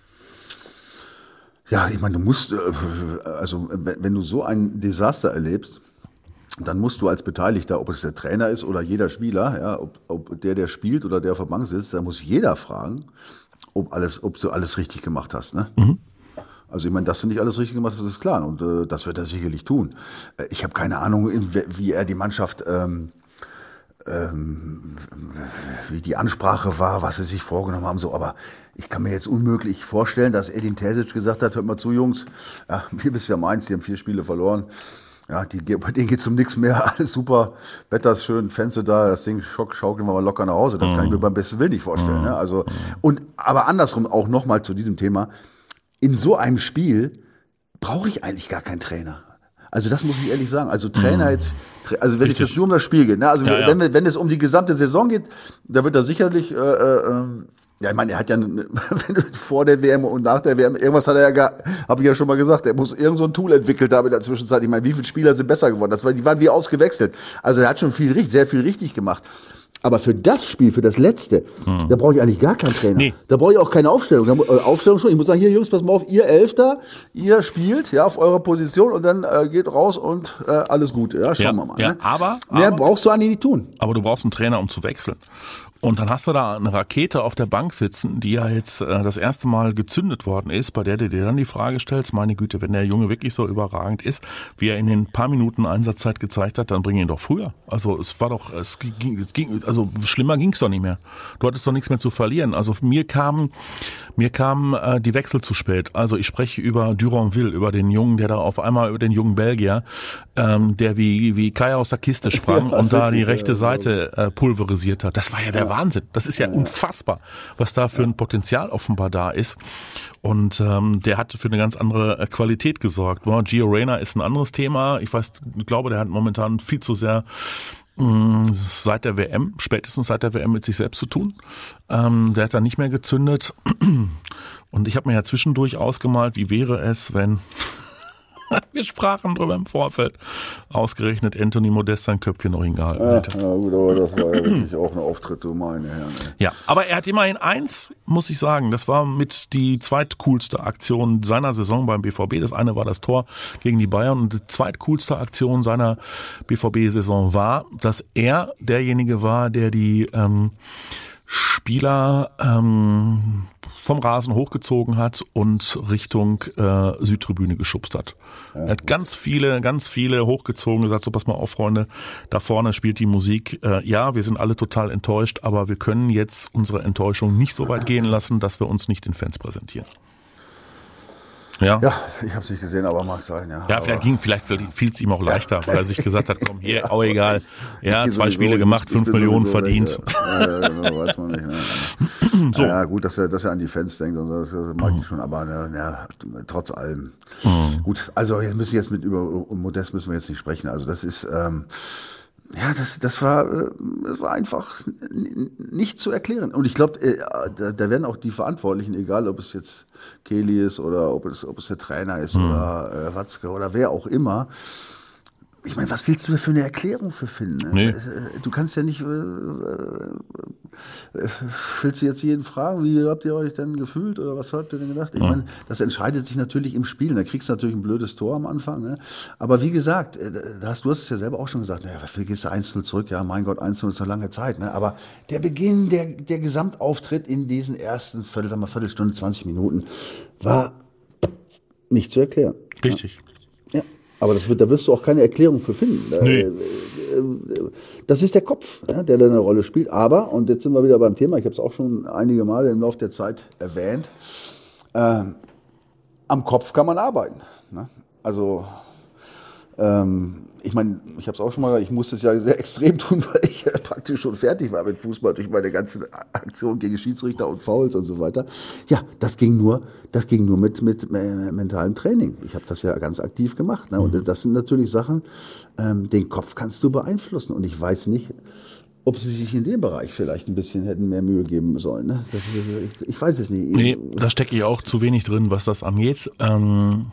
Ja, ich meine, du musst, äh, also wenn, wenn du so ein Desaster erlebst, dann musst du als Beteiligter, ob es der Trainer ist oder jeder Spieler, ja, ob, ob der, der spielt oder der auf der Bank sitzt, da muss jeder fragen, ob alles, ob du alles richtig gemacht hast, ne? Mhm. Also ich meine, dass du nicht alles richtig gemacht hast, ist klar, und äh, das wird er sicherlich tun. Äh, ich habe keine Ahnung, in, wie er die Mannschaft, ähm, ähm, wie die Ansprache war, was sie sich vorgenommen haben, so, aber ich kann mir jetzt unmöglich vorstellen, dass Edin Terzic gesagt hat, hört mal zu, Jungs, ja, wir bist ja meins, die haben vier Spiele verloren. Ja, die, bei denen geht's um nichts mehr, alles super, Wetter ist schön, Fenster da, das Ding schock, schaukeln wir mal locker nach Hause. Das mm. kann ich mir beim besten Willen nicht vorstellen. Mm. Ne? Also, und, aber andersrum auch nochmal zu diesem Thema, in so einem Spiel brauche ich eigentlich gar keinen Trainer. Also das muss ich ehrlich sagen. Also Trainer mm. jetzt, also wenn Richtig. es jetzt nur um das Spiel geht, ne? Also ja, wenn, ja. wenn es um die gesamte Saison geht, da wird er sicherlich, äh, äh, ja, ich meine, er hat ja vor der W M und nach der W M, irgendwas hat er ja, gar, habe ich ja schon mal gesagt, er muss irgend so ein Tool entwickelt haben in der Zwischenzeit. Ich meine, wie viele Spieler sind besser geworden? Das war, die waren wie ausgewechselt. Also er hat schon viel, sehr viel richtig gemacht. Aber für das Spiel, für das letzte, hm. da brauche ich eigentlich gar keinen Trainer. Nee. Da brauche ich auch keine Aufstellung. Da, äh, Aufstellung schon. Ich muss sagen, hier Jungs, pass mal auf, ihr Elfter, ihr spielt ja auf eurer Position und dann äh, geht raus und äh, alles gut. Ja, schauen ja, wir mal. Ja, ne? aber, Mehr aber, brauchst du eigentlich nicht tun. Aber du brauchst einen Trainer, um zu wechseln. Und dann hast du da eine Rakete auf der Bank sitzen, die ja jetzt äh, das erste Mal gezündet worden ist, bei der du dir dann die Frage stellst, meine Güte, wenn der Junge wirklich so überragend ist, wie er in den paar Minuten Einsatzzeit gezeigt hat, dann bring ihn doch früher. Also es war doch, es ging, es ging also schlimmer ging's doch nicht mehr. Du hattest doch nichts mehr zu verlieren. Also mir kam, mir kam äh, die Wechsel zu spät. Also ich spreche über Duranville, über den Jungen, der da auf einmal, über den jungen Belgier, ähm, der wie wie Kai aus der Kiste sprang ja, und da die rechte Seite äh, pulverisiert hat. Das war ja der ja. Wahnsinn. Das ist ja, ja unfassbar, was da für ein Potenzial offenbar da ist. Und ähm, der hat für eine ganz andere Qualität gesorgt. Boah, Gio Reyna ist ein anderes Thema. Ich weiß, ich glaube, der hat momentan viel zu sehr Seit der W M, spätestens seit der W M mit sich selbst zu tun. Ähm, der hat dann nicht mehr gezündet. Und ich habe mir ja zwischendurch ausgemalt, wie wäre es, wenn... Wir sprachen drüber im Vorfeld. Ausgerechnet Anthony Modest sein Köpfchen noch hingehalten ja, hätte. Ja gut, aber das war ja wirklich auch ein Auftritt, du meine Herren. Ja, aber er hat immerhin eins, muss ich sagen, das war mit die zweitcoolste Aktion seiner Saison beim B V B. Das eine war das Tor gegen die Bayern und die zweitcoolste Aktion seiner B V B-Saison war, dass er derjenige war, der die ähm, Spieler ähm, vom Rasen hochgezogen hat und Richtung äh, Südtribüne geschubst hat. Ja, er hat ganz viele, ganz viele hochgezogen, gesagt, so pass mal auf, Freunde, da vorne spielt die Musik. Äh, ja, wir sind alle total enttäuscht, aber wir können jetzt unsere Enttäuschung nicht so weit gehen lassen, dass wir uns nicht den Fans präsentieren. Ja, ja ich habe es nicht gesehen, aber mag sein. Ja, ja vielleicht ging, vielleicht fiel es ihm auch leichter, ja. weil er sich gesagt hat, komm hier, ja, auch egal. Ja, zwei Spiele gemacht, fünf Millionen verdient. Ja, ja, genau, weiß man nicht. Ja. So. Ja, gut, dass er, dass er an die Fans denkt und das, das mag mhm. ich schon, aber ja, trotz allem. Mhm. Gut, also jetzt müssen wir jetzt mit über Modest müssen wir jetzt nicht sprechen. Also das ist ähm, ja, das, das war, das war einfach nicht zu erklären. Und ich glaube, da, da werden auch die Verantwortlichen, egal ob es jetzt Kelly ist oder ob es, ob es der Trainer ist mhm. oder äh, Watzke oder wer auch immer. Ich meine, was willst du da für eine Erklärung für finden? Ne? Nee. Du kannst ja nicht, äh, äh, willst du jetzt jeden fragen, wie habt ihr euch denn gefühlt oder was habt ihr denn gedacht? Ich ja. meine, das entscheidet sich natürlich im Spiel. Da kriegst du natürlich ein blödes Tor am Anfang. Ne? Aber wie gesagt, da hast, du hast es ja selber auch schon gesagt, naja, wie gehst du eins null zurück? Ja, mein Gott, eins null ist eine lange Zeit. Ne? Aber der Beginn, der, der Gesamtauftritt in diesen ersten Viertel, sagen wir, Viertelstunde, zwanzig Minuten war nicht zu erklären. Richtig. Ja. ja. Aber das wird, da wirst du auch keine Erklärung für finden. Nee. Das ist der Kopf, der da eine Rolle spielt. Aber, und jetzt sind wir wieder beim Thema, ich habe es auch schon einige Male im Laufe der Zeit erwähnt, äh, am Kopf kann man arbeiten. Ne? Also, ähm, ich meine, ich habe es auch schon mal gesagt, ich musste es ja sehr extrem tun, weil ich ja praktisch schon fertig war mit Fußball durch meine ganzen Aktionen gegen Schiedsrichter und Fouls und so weiter. Ja, das ging nur, das ging nur mit, mit äh, mentalem Training. Ich habe das ja ganz aktiv gemacht. Ne? Und das sind natürlich Sachen, ähm, den Kopf kannst du beeinflussen. Und ich weiß nicht, ob sie sich in dem Bereich vielleicht ein bisschen hätten mehr Mühe geben sollen. Ne? Das ist, ich, ich weiß es nicht. Nee, da stecke ich auch zu wenig drin, was das angeht. Ähm,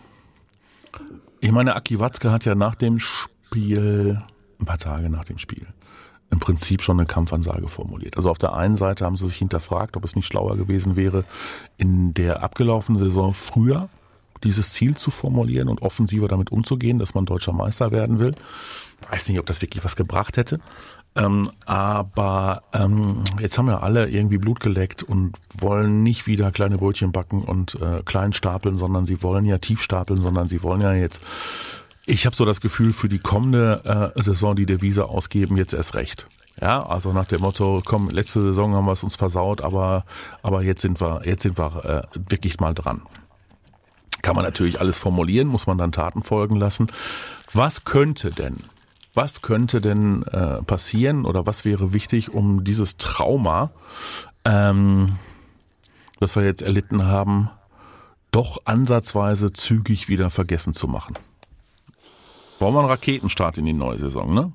ich meine, Aki Watzke hat ja nach dem Spiel, ein paar Tage nach dem Spiel, im Prinzip schon eine Kampfansage formuliert. Also auf der einen Seite haben sie sich hinterfragt, ob es nicht schlauer gewesen wäre, in der abgelaufenen Saison früher dieses Ziel zu formulieren und offensiver damit umzugehen, dass man deutscher Meister werden will. Weiß nicht, ob das wirklich was gebracht hätte. Ähm, aber ähm, jetzt haben ja alle irgendwie Blut geleckt und wollen nicht wieder kleine Brötchen backen und äh, klein stapeln, sondern sie wollen ja tief stapeln, sondern sie wollen ja jetzt, ich habe so das Gefühl, für die kommende äh, Saison die Devise ausgeben, jetzt erst recht. Ja, also nach dem Motto, komm, letzte Saison haben wir es uns versaut, aber aber jetzt sind wir jetzt sind wir äh, wirklich mal dran. Kann man natürlich alles formulieren, muss man dann Taten folgen lassen. Was könnte denn, was könnte denn äh, passieren oder was wäre wichtig, um dieses Trauma, ähm, das wir jetzt erlitten haben, doch ansatzweise zügig wieder vergessen zu machen? Brauchen wir einen Raketenstart in die neue Saison, ne?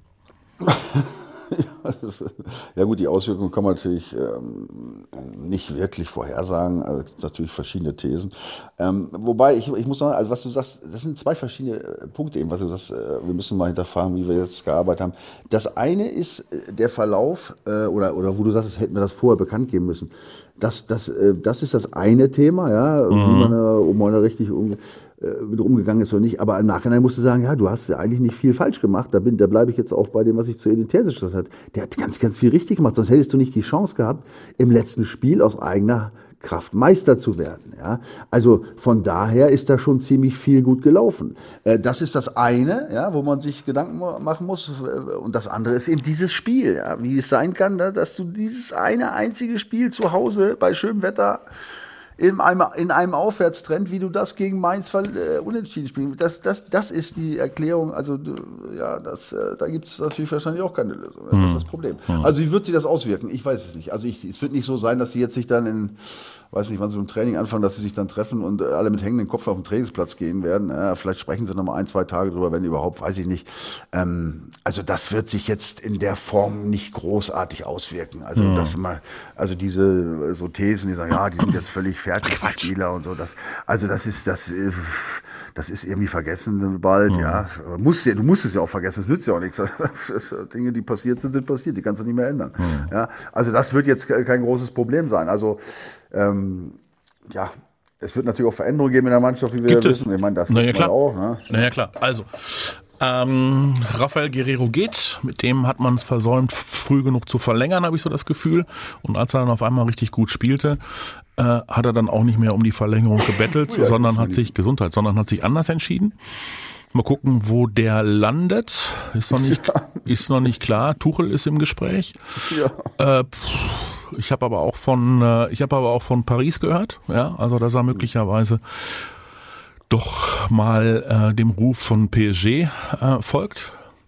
Ja gut, die Auswirkungen kann man natürlich ähm, nicht wirklich vorhersagen, also natürlich verschiedene Thesen. Ähm, wobei, ich, ich muss sagen, also was du sagst, das sind zwei verschiedene Punkte eben, was du sagst, äh, wir müssen mal hinterfragen, wie wir jetzt gearbeitet haben. Das eine ist der Verlauf, äh, oder, oder wo du sagst, hätten wir das vorher bekannt geben müssen. Das, das, äh, das ist das eine Thema, ja, mhm. wie man, äh, um man da richtig um, mit umgegangen ist oder nicht, aber im Nachhinein musst du sagen, ja, du hast ja eigentlich nicht viel falsch gemacht, da bin, da bleibe ich jetzt auch bei dem, was ich zu Edin Terzic gesagt habe. Der hat ganz, ganz viel richtig gemacht, sonst hättest du nicht die Chance gehabt, im letzten Spiel aus eigener Kraft Meister zu werden, ja. Also von daher ist da schon ziemlich viel gut gelaufen. Das ist das eine, ja, wo man sich Gedanken machen muss, und das andere ist eben dieses Spiel, ja, wie es sein kann, dass du dieses eine einzige Spiel zu Hause bei schönem Wetter in einem, in einem Aufwärtstrend, wie du das gegen Mainz äh, unentschieden spielst. Das, das, das ist die Erklärung. Also ja, das, äh, da gibt es natürlich wahrscheinlich auch keine Lösung. Das ist das Problem. Mhm. Also wie wird sich das auswirken? Ich weiß es nicht. Also ich, es wird nicht so sein, dass sie jetzt sich dann in weiß nicht, wann sie im Training anfangen, dass sie sich dann treffen und alle mit hängenden Kopf auf den Trainingsplatz gehen werden. Ja, vielleicht sprechen sie noch mal ein, zwei Tage drüber, wenn überhaupt, weiß ich nicht. Ähm, also das wird sich jetzt in der Form nicht großartig auswirken. Also mhm. das mal, also diese so Thesen, die sagen, ja, die sind jetzt völlig fertig, die Spieler und so. Das, also das ist das, das ist irgendwie vergessen bald. Mhm. Ja, musst du, du musst es ja auch vergessen. Das nützt ja auch nichts. Dinge, die passiert sind, sind passiert. Die kannst du nicht mehr ändern. Mhm. Ja, also das wird jetzt kein großes Problem sein. Also Ähm, ja, es wird natürlich auch Veränderungen geben in der Mannschaft, wie wir Gibt wissen. Es? Ich meine, das naja, wissen wir auch. Ne? Naja, klar. Also, ähm, Rafael Guerreiro geht. Mit dem hat man es versäumt, früh genug zu verlängern, habe ich so das Gefühl. Und als er dann auf einmal richtig gut spielte, äh, hat er dann auch nicht mehr um die Verlängerung gebettelt, ja, sondern hat sich, Gesundheit, sondern hat sich anders entschieden. Mal gucken, wo der landet. Ist noch nicht, ja. ist noch nicht klar. Tuchel ist im Gespräch. Ja. Äh, pff, ich habe aber auch von, äh, ich habe aber auch von Paris gehört. Ja, also dass er möglicherweise doch mal äh, dem Ruf von P S G äh, folgt.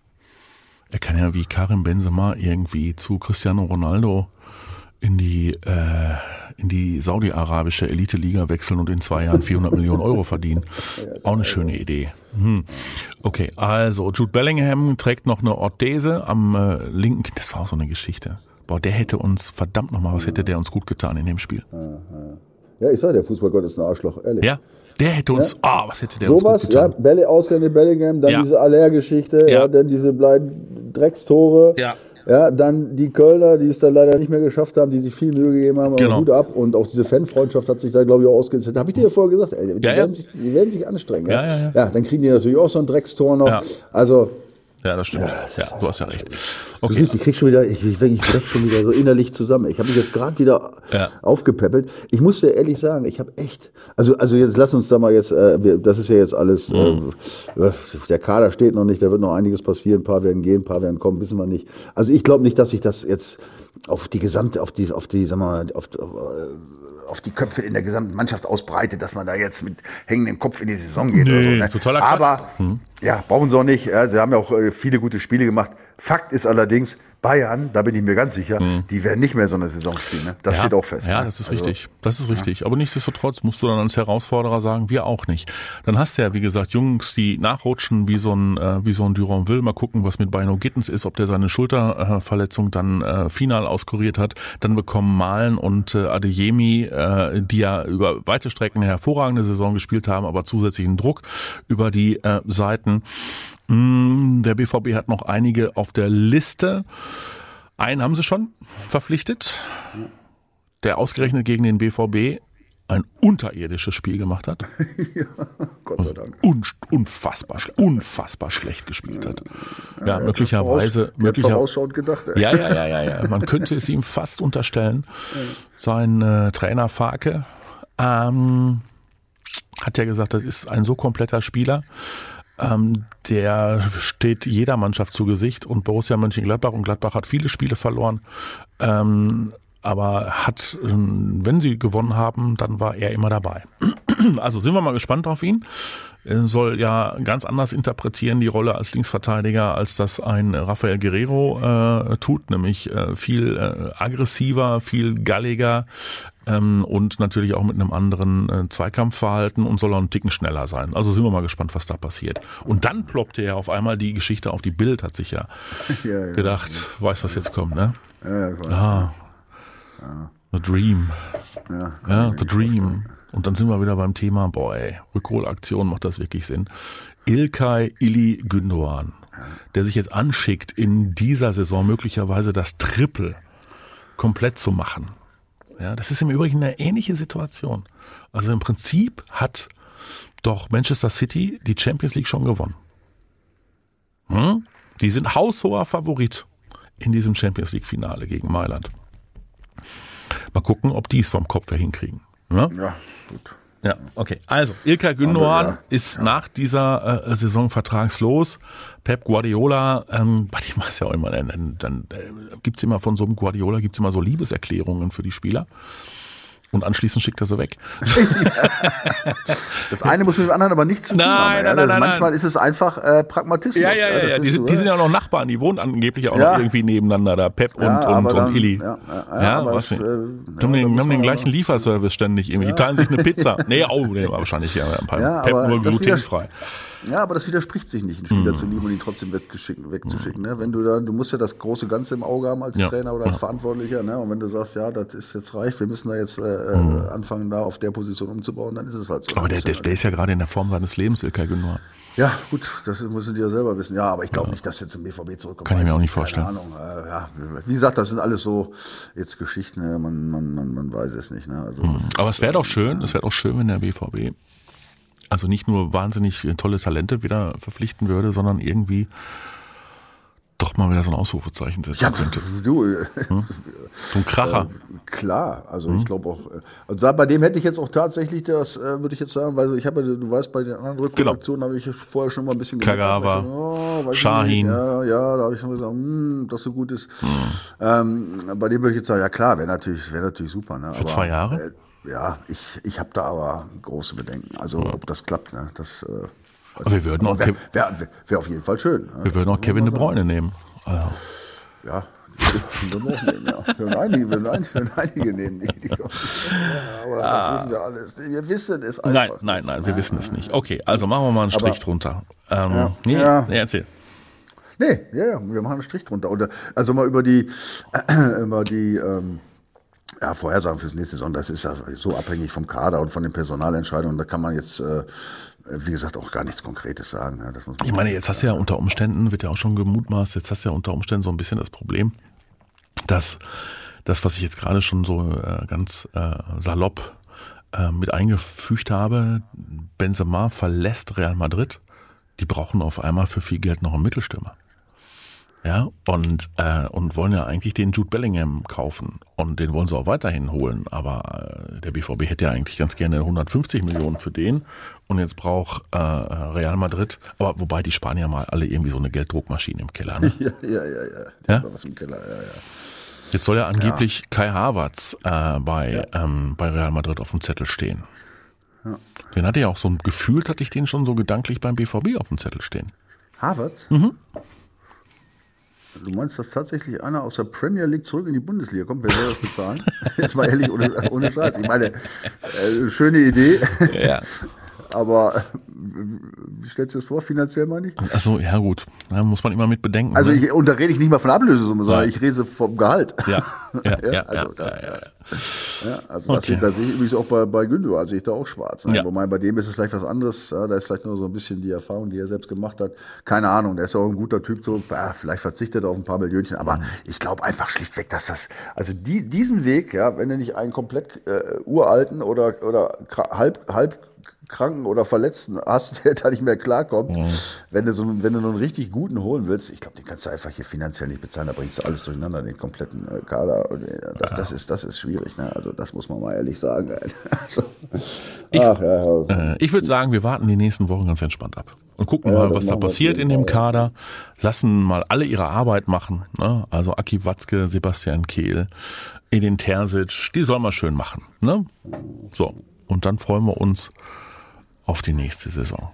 Er kann ja wie Karim Benzema irgendwie zu Cristiano Ronaldo in die äh, in die saudi-arabische Elite-Liga wechseln und in zwei Jahren vierhundert Millionen Euro verdienen. Auch eine schöne Idee. Hm. Okay, also Jude Bellingham trägt noch eine Orthese am äh, linken Knie. Das war auch so eine Geschichte. Boah, der hätte uns, verdammt nochmal, was hätte der uns gut getan in dem Spiel. Ja, ich sage, der Fußballgott ist ein Arschloch, ehrlich. Ja, der hätte uns, ah, ja. oh, was hätte der so uns was, gut getan. Ja, Bälle ausgerechnet Bellingham, dann ja. diese Aller-Geschichte, ja. ja, dann diese beiden Dreckstore. Ja. Ja, dann die Kölner, die es dann leider nicht mehr geschafft haben, die sich viel Mühe gegeben haben, aber genau. Hut ab. Und auch diese Fanfreundschaft hat sich da, glaube ich, auch ausgesetzt. Habe ich dir ja vorher gesagt, ey, die, ja, werden ja. sich, die werden sich anstrengen. Ja? Ja, ja, ja. ja, dann kriegen die natürlich auch so ein Dreckstor noch. Ja. Also, ja, das stimmt. Ja, ja, du hast ja recht. Okay. Du siehst, ich krieg schon wieder, ich, ich, ich brech schon wieder so innerlich zusammen. Ich habe mich jetzt gerade wieder ja. aufgepäppelt. Ich muss dir ehrlich sagen, ich habe echt, also also jetzt lass uns da mal jetzt, äh, wir, das ist ja jetzt alles, mhm. äh, der Kader steht noch nicht, da wird noch einiges passieren, ein paar werden gehen, ein paar werden kommen, wissen wir nicht. Also ich glaube nicht, dass sich das jetzt auf die gesamte, auf die, auf die, sag mal, auf, auf auf die Köpfe in der gesamten Mannschaft ausbreitet, dass man da jetzt mit hängendem Kopf in die Saison geht. Nee, oder so, ne? totaler Aber hm. ja, brauchen sie auch nicht. Ja, sie haben ja auch äh, viele gute Spiele gemacht. Fakt ist allerdings, Bayern, da bin ich mir ganz sicher, hm. die werden nicht mehr so eine Saison spielen. Ne? Das ja, steht auch fest. Ja, ne? das ist also, richtig. Das ist richtig. Ja. Aber nichtsdestotrotz musst du dann als Herausforderer sagen, wir auch nicht. Dann hast du ja, wie gesagt, Jungs, die nachrutschen wie so ein äh, wie so ein Duranville. Mal gucken, was mit Bino Gittens ist, ob der seine Schulterverletzung dann äh, final auskuriert hat. Dann bekommen Malen und äh, Adeyemi, äh, die ja über weite Strecken eine hervorragende Saison gespielt haben, aber zusätzlichen Druck über die äh, Seiten. Mm, der B V B hat noch einige auf der Liste. Einen haben sie schon verpflichtet, der ausgerechnet gegen den B V B ein unterirdisches Spiel gemacht hat. Ja, Gott sei Dank. Un, unfassbar, unfassbar schlecht gespielt hat. Ja, ja möglicherweise. Voraus, möglicher, vorausschauend gedacht. Ey. Ja, ja, ja, ja, ja. Man könnte es ihm fast unterstellen. Sein äh, Trainer Farke ähm, hat ja gesagt, das ist ein so kompletter Spieler. Ähm, der steht jeder Mannschaft zu Gesicht und Borussia Mönchengladbach und Gladbach hat viele Spiele verloren, ähm, aber hat, wenn sie gewonnen haben, dann war er immer dabei. Also sind wir mal gespannt auf ihn. Er soll ja ganz anders interpretieren die Rolle als Linksverteidiger, als das ein Rafael Guerreiro äh, tut, nämlich äh, viel äh, aggressiver, viel galliger, ähm, und natürlich auch mit einem anderen äh, Zweikampfverhalten und soll auch einen Ticken schneller sein. Also sind wir mal gespannt, was da passiert. Und dann ploppte ja auf einmal die Geschichte auf die Bild, hat sich ja, ja, ja gedacht, ja. Weiß, was jetzt kommt, ne? Ja, ja, ah, ja. The Dream. Ja, ja The Dream. Und dann sind wir wieder beim Thema, boah ey, Rückholaktion, macht das wirklich Sinn? İlkay İli Gündoğan, der sich jetzt anschickt, in dieser Saison möglicherweise das Triple komplett zu machen. Ja, das ist im Übrigen eine ähnliche Situation. Also im Prinzip hat doch Manchester City die Champions League schon gewonnen. Hm? Die sind haushoher Favorit in diesem Champions League Finale gegen Mailand. Mal gucken, ob die es vom Kopf her hinkriegen. Ja, ja gut. Ja, okay. Also, İlkay Gündoğan ja, ist ja. nach dieser äh, Saison vertragslos. Pep Guardiola, ähm, bei dem war es ja auch immer, dann, dann äh, gibt's immer von so einem Guardiola, gibt's immer so Liebeserklärungen für die Spieler. Und anschließend schickt er sie weg. Das eine muss mit dem anderen aber nichts zu tun haben. Nein, nein, ja? nein, Manchmal nein. ist es einfach äh, Pragmatismus. Ja, ja, ja. ja. Die, so, die sind ja auch noch Nachbarn, die wohnen angeblich auch ja. noch irgendwie nebeneinander, da Pep und, ja, und, und dann, Illy. Ja, ja, ja, ja, aber was es, äh, die haben ja, den, haben den aber, gleichen Lieferservice ständig irgendwie. Die teilen sich eine Pizza. Nee, oh, nee, wahrscheinlich ja ein paar Ja, Pep aber nur das glutenfrei. Ja, aber das widerspricht sich nicht, einen Spieler Mhm. zu lieben und ihn trotzdem wegzuschicken, wegzuschicken. Ne? Wenn du da, du musst ja das große Ganze im Auge haben als Ja. Trainer oder als Ja. Verantwortlicher. Ne? Und wenn du sagst, ja, das ist jetzt reich, wir müssen da jetzt äh, Mhm. anfangen, da auf der Position umzubauen, dann ist es halt so. Aber der, der, der ist ja gerade in der Form seines Lebens, Ilkay Gündoğan. Ja, gut, das müssen die ja selber wissen. Ja, aber ich glaube ja. nicht, dass jetzt zum B V B zurückkommt. Kann ich mir auch nicht Keine vorstellen. Ahnung. Äh, ja, wie gesagt, das sind alles so jetzt Geschichten, ne? man, man, man, man weiß es nicht. Ne? Also, Mhm. das Aber ist, es wäre doch schön, äh, es wäre doch schön, wenn der B V B also nicht nur wahnsinnig tolle Talente wieder verpflichten würde, sondern irgendwie doch mal wieder so ein Ausrufezeichen setzen ja, könnte. du, Hm? So ein Kracher. Äh, klar, also Mhm. ich glaube auch, äh, also da, bei dem hätte ich jetzt auch tatsächlich das, äh, würde ich jetzt sagen, weil ich habe, ja, du weißt, bei den anderen Rückreaktionen Genau. habe ich vorher schon mal ein bisschen Kagawa, gedacht, oh, weiß ich Shahin. nicht. Ja, ja, da habe ich schon gesagt, hm, das so gut ist. Mhm. Ähm, bei dem würde ich jetzt sagen, ja klar, wäre natürlich, wäre natürlich super. Ne? Für aber, zwei Jahre? Äh, ja, ich, ich habe da aber große Bedenken. Also Ja. ob das klappt, ne? Das, äh, Aber wir würden auch, wäre Kev- wär, wär, wär auf jeden Fall schön. Ne? wir würden auch Kevin De Bruyne nehmen. Also, Ja, die würden wir auch nehmen, ja. Wir würden einige, wir würden einige, wir würden einige nehmen. Die, die, ja, aber das wissen wir alles. Wir wissen es einfach. nein, nein, nein, wir wissen es nicht. Okay, also machen wir mal einen Strich Aber- drunter. Ähm, Ja. nee, Ja. nee, erzähl. Nee, ja, ja, wir machen einen Strich drunter. Oder, also mal über die, äh, über die ähm, ja, Vorhersagen fürs nächste Saison, das ist ja so abhängig vom Kader und von den Personalentscheidungen. Da kann man jetzt, äh, wie gesagt, auch gar nichts Konkretes sagen. Ja, das muss man Ich meine, jetzt hast du ja unter Umständen, wird ja auch schon gemutmaßt, jetzt hast du ja unter Umständen so ein bisschen das Problem, dass das, was ich jetzt gerade schon so äh, ganz äh, salopp äh, mit eingefügt habe, Benzema verlässt Real Madrid, die brauchen auf einmal für viel Geld noch einen Mittelstürmer. Ja, und, äh, und wollen ja eigentlich den Jude Bellingham kaufen. Und den wollen sie auch weiterhin holen. Aber äh, der B V B hätte ja eigentlich ganz gerne hundertfünfzig Millionen für den. Und jetzt braucht äh, Real Madrid, aber wobei die Spanier mal alle irgendwie so eine Gelddruckmaschine im Keller. Ne? Ja, ja, ja, ja. Ja? Was im Keller, ja, ja. Jetzt soll ja angeblich ja. Kai Havertz äh, bei, ja. ähm, bei Real Madrid auf dem Zettel stehen. Ja. Den hatte ja auch so ein gefühlt, hatte ich den schon so gedanklich beim B V B auf dem Zettel stehen. Havertz? Mhm. Du meinst, dass tatsächlich einer aus der Premier League zurück in die Bundesliga kommt? Wer soll das bezahlen? Jetzt mal ehrlich, ohne, ohne Scheiß. Ich meine, äh, schöne Idee. Ja. Aber äh, wie stellst du das vor? Finanziell meine ich? Ach so, ja gut. Da muss man immer mit bedenken. Also ne? ich, und da rede ich nicht mal von Ablösesumme, sondern Nein. ich rede vom Gehalt. Ja, ja, ja, ja, also, ja, da, ja, ja. ja, also das, Okay. da sehe ich übrigens auch bei, bei Gündoğan, sehe ich da auch schwarz. Ne? Ja. Wobei bei dem ist es vielleicht was anderes. Ja, da ist vielleicht nur so ein bisschen die Erfahrung, die er selbst gemacht hat. Keine Ahnung, der ist ja auch ein guter Typ. So, bah, vielleicht verzichtet er auf ein paar Millionchen. Aber ich glaube einfach schlichtweg, dass das, also die, diesen Weg, ja, wenn du nicht einen komplett äh, uralten oder, oder kra- halb, halb Kranken oder Verletzten hast, der da nicht mehr klarkommt. Mhm. Wenn du so, wenn du noch einen richtig guten holen willst, ich glaube, den kannst du einfach hier finanziell nicht bezahlen, da bringst du alles durcheinander, den kompletten äh, Kader. Und, äh, Das, das ist, das ist schwierig, ne? Also das muss man mal ehrlich sagen. Also, Ich- ach, ja, ja. Äh, ich würde sagen, wir warten die nächsten Wochen ganz entspannt ab und gucken Ja, mal, das was da machen wir passiert auf in jeden dem Fall, Kader. Lassen mal alle ihre Arbeit machen. Ne? Also Aki Watzke, Sebastian Kehl, Edin Terzic, die sollen mal schön machen. Ne? So, und dann freuen wir uns auf die nächste Saison.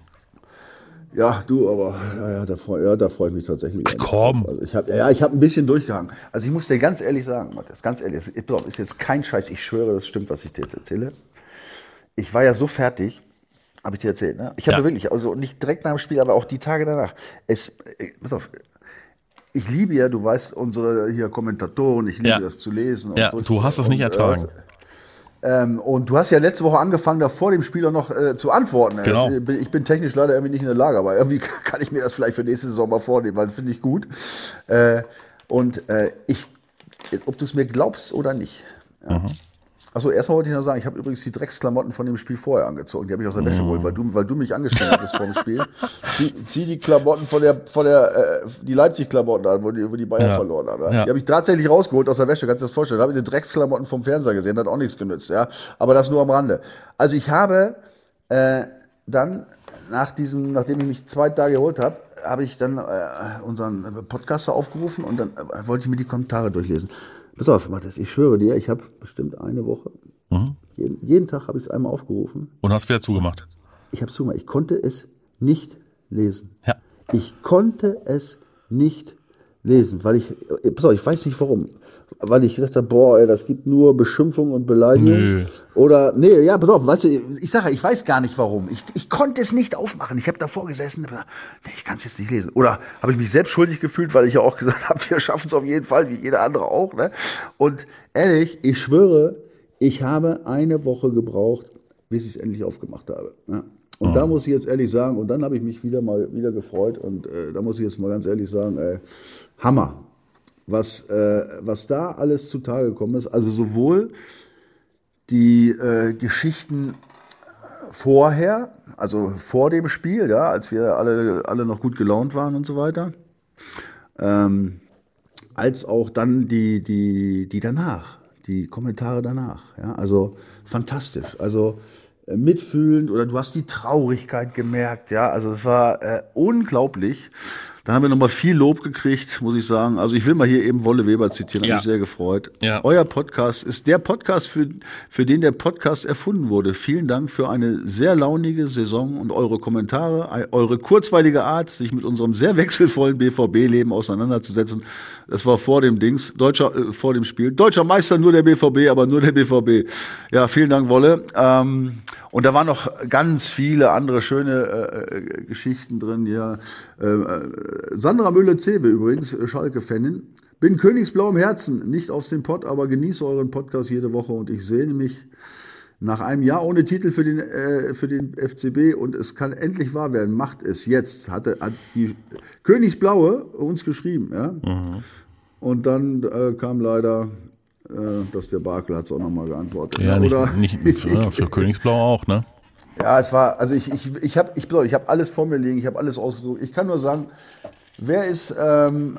Ja, du, aber ja, ja, da freue ja, da freu ich mich tatsächlich. Ach, komm. Also ich habe ja, ich habe ein bisschen durchgehangen. Also ich muss dir ganz ehrlich sagen, Matthias, ganz ehrlich, ist, ist jetzt kein Scheiß, ich schwöre, das stimmt, was ich dir jetzt erzähle. Ich war ja so fertig, habe ich dir erzählt, ne? Ich habe Ja. wirklich, also nicht direkt nach dem Spiel, aber auch die Tage danach. Es, äh, pass auf, ich liebe ja, du weißt, unsere hier Kommentatoren, ich liebe Ja. das zu lesen. Und Ja, so. du hast es nicht Und, ertragen. Äh, Ähm, und du hast ja letzte Woche angefangen, da vor dem Spiel auch noch äh, zu antworten. Genau. Das, ich bin technisch leider irgendwie nicht in der Lage, aber irgendwie kann ich mir das vielleicht für nächste Saison mal vornehmen, weil finde ich gut. Äh, und äh, ich, ob du es mir glaubst oder nicht. Ja. Mhm. Achso, erstmal wollte ich noch sagen, ich habe übrigens die Drecksklamotten von dem Spiel vorher angezogen. Die habe ich aus der Wäsche geholt, weil du, weil du mich angestellt hattest vor dem Spiel. Zieh, zieh die Klamotten von der, von der, äh, die Leipzig-Klamotten an, wo die, wo die Bayern Ja. verloren haben. Ja? Ja. Die habe ich tatsächlich rausgeholt aus der Wäsche, kannst du dir das vorstellen. Da habe ich die Drecksklamotten vom Fernseher gesehen, hat auch nichts genützt, ja. Aber das nur am Rande. Also ich habe äh, dann nach diesem, nachdem ich mich zwei Tage geholt habe, habe ich dann äh, unseren Podcaster aufgerufen und dann äh, wollte ich mir die Kommentare durchlesen. Pass auf, Matthias, ich schwöre dir, ich habe bestimmt eine Woche, Mhm. jeden, jeden Tag habe ich es einmal aufgerufen. Und hast wieder zugemacht? Ich habe es zugemacht. Ich konnte es nicht lesen. Ja. Ich konnte es nicht lesen, weil ich, pass auf, ich weiß nicht warum. Weil ich gedacht habe, boah, ey, das gibt nur Beschimpfung und Beleidigung. Nö. Oder, nee, ja, pass auf, weißt du, ich sage, ich weiß gar nicht warum. Ich, ich konnte es nicht aufmachen. Ich habe davor gesessen, aber nee, ich kann es jetzt nicht lesen. Oder habe ich mich selbst schuldig gefühlt, weil ich ja auch gesagt habe, wir schaffen es auf jeden Fall, wie jeder andere auch. Ne? Und ehrlich, ich schwöre, ich habe eine Woche gebraucht, bis ich es endlich aufgemacht habe. Ne? Und oh. da muss ich jetzt ehrlich sagen, und dann habe ich mich wieder mal wieder gefreut. Und äh, da muss ich jetzt mal ganz ehrlich sagen, ey, Hammer. Was, äh, was da alles zutage gekommen ist, also sowohl die äh, Geschichten vorher, also vor dem Spiel, ja, als wir alle, alle noch gut gelaunt waren und so weiter, ähm, als auch dann die, die, die danach, die Kommentare danach, ja, also fantastisch, also äh, mitfühlend, oder du hast die Traurigkeit gemerkt, ja, also es war äh, unglaublich. Dann haben wir nochmal viel Lob gekriegt, muss ich sagen. Also ich will mal hier eben Wolle Weber zitieren, ja. Hat mich sehr gefreut. Ja. Euer Podcast ist der Podcast, für, für den der Podcast erfunden wurde. Vielen Dank für eine sehr launige Saison und eure Kommentare, eure kurzweilige Art, sich mit unserem sehr wechselvollen B V B-Leben auseinanderzusetzen. Das war vor dem Dings, deutscher äh, vor dem Spiel. Deutscher Meister nur der B V B, aber nur der B V B. Ja, vielen Dank, Wolle. Ähm, Und da waren noch ganz viele andere schöne äh, Geschichten drin. Ja. Äh, äh, Sandra Müller-Zewe übrigens, Schalke-Fanin. Bin königsblau im Herzen, nicht aus dem Pott, aber genieße euren Podcast jede Woche. Und ich sehne mich nach einem Jahr ohne Titel für den, äh, für den F C B. Und es kann endlich wahr werden. Macht es jetzt, hatte, hat die Königsblaue uns geschrieben. Ja. Mhm. Und dann äh, kam leider... dass der Barkel hat es auch nochmal geantwortet. Ja, ne? Oder? Nicht, nicht für, für Königsblau auch, ne? Ja, es war, also ich, ich, ich habe ich, ich hab alles vor mir liegen, ich habe alles ausgesucht. Ich kann nur sagen, wer ist, ähm,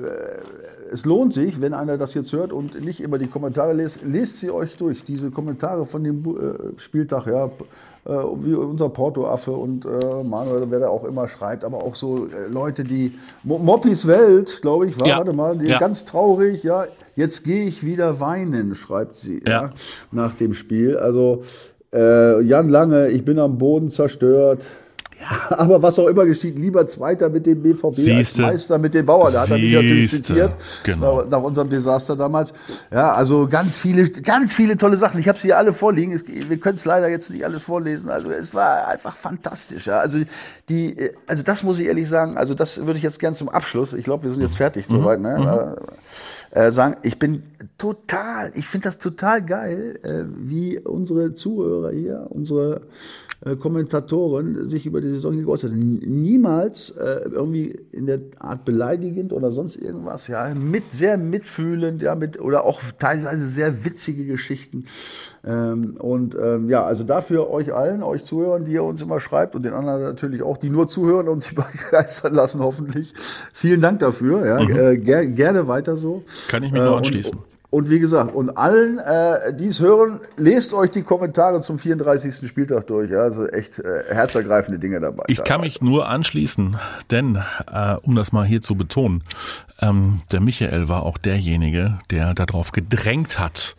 äh, es lohnt sich, wenn einer das jetzt hört und nicht immer die Kommentare liest, lest sie euch durch. Diese Kommentare von dem äh, Spieltag, ja, äh, wie unser Porto-Affe und äh, Manuel, wer da auch immer schreibt, aber auch so äh, Leute, die, Mo- Moppis Welt, glaube ich, war, ja. warte mal, die ja. ganz traurig, ja, jetzt gehe ich wieder weinen, schreibt sie, ja. Ja, nach dem Spiel. Also, äh, Jan Lange, ich bin am Boden zerstört. Ja. Aber was auch immer geschieht, lieber Zweiter mit dem B V B Siehste. als Meister mit den Bauern. Da hat er mich natürlich zitiert, genau. nach, nach unserem Desaster damals. Ja, also ganz viele, ganz viele tolle Sachen. Ich habe sie hier alle vorliegen. Es, wir können es leider jetzt nicht alles vorlesen. Also es war einfach fantastisch. Ja. Also die, also das muss ich ehrlich sagen. Also das würde ich jetzt gern zum Abschluss. Ich glaube, wir sind jetzt fertig mhm. soweit. Ne? Mhm. Äh, sagen, ich bin total, ich finde das total geil, äh, wie unsere Zuhörer hier, unsere äh, Kommentatoren sich über die Saison hier geäußert haben. Niemals äh, irgendwie in der Art beleidigend oder sonst irgendwas, ja, mit sehr mitfühlend, ja, mit oder auch teilweise sehr witzige Geschichten. Ähm, und ähm, ja, also dafür euch allen, euch Zuhörern, die ihr uns immer schreibt und den anderen natürlich auch, die nur zuhören und sich begeistern lassen, hoffentlich. Vielen Dank dafür, ja, mhm. äh, ger- gerne weiter so. Kann ich mich nur anschließen. Und, und wie gesagt, und allen, äh, die es hören, lest euch die Kommentare zum vierunddreißigsten Spieltag durch. Ja, also echt äh, herzergreifende Dinge dabei. Ich kann mich nur anschließen, denn, äh, um das mal hier zu betonen, ähm, der Michael war auch derjenige, der darauf gedrängt hat.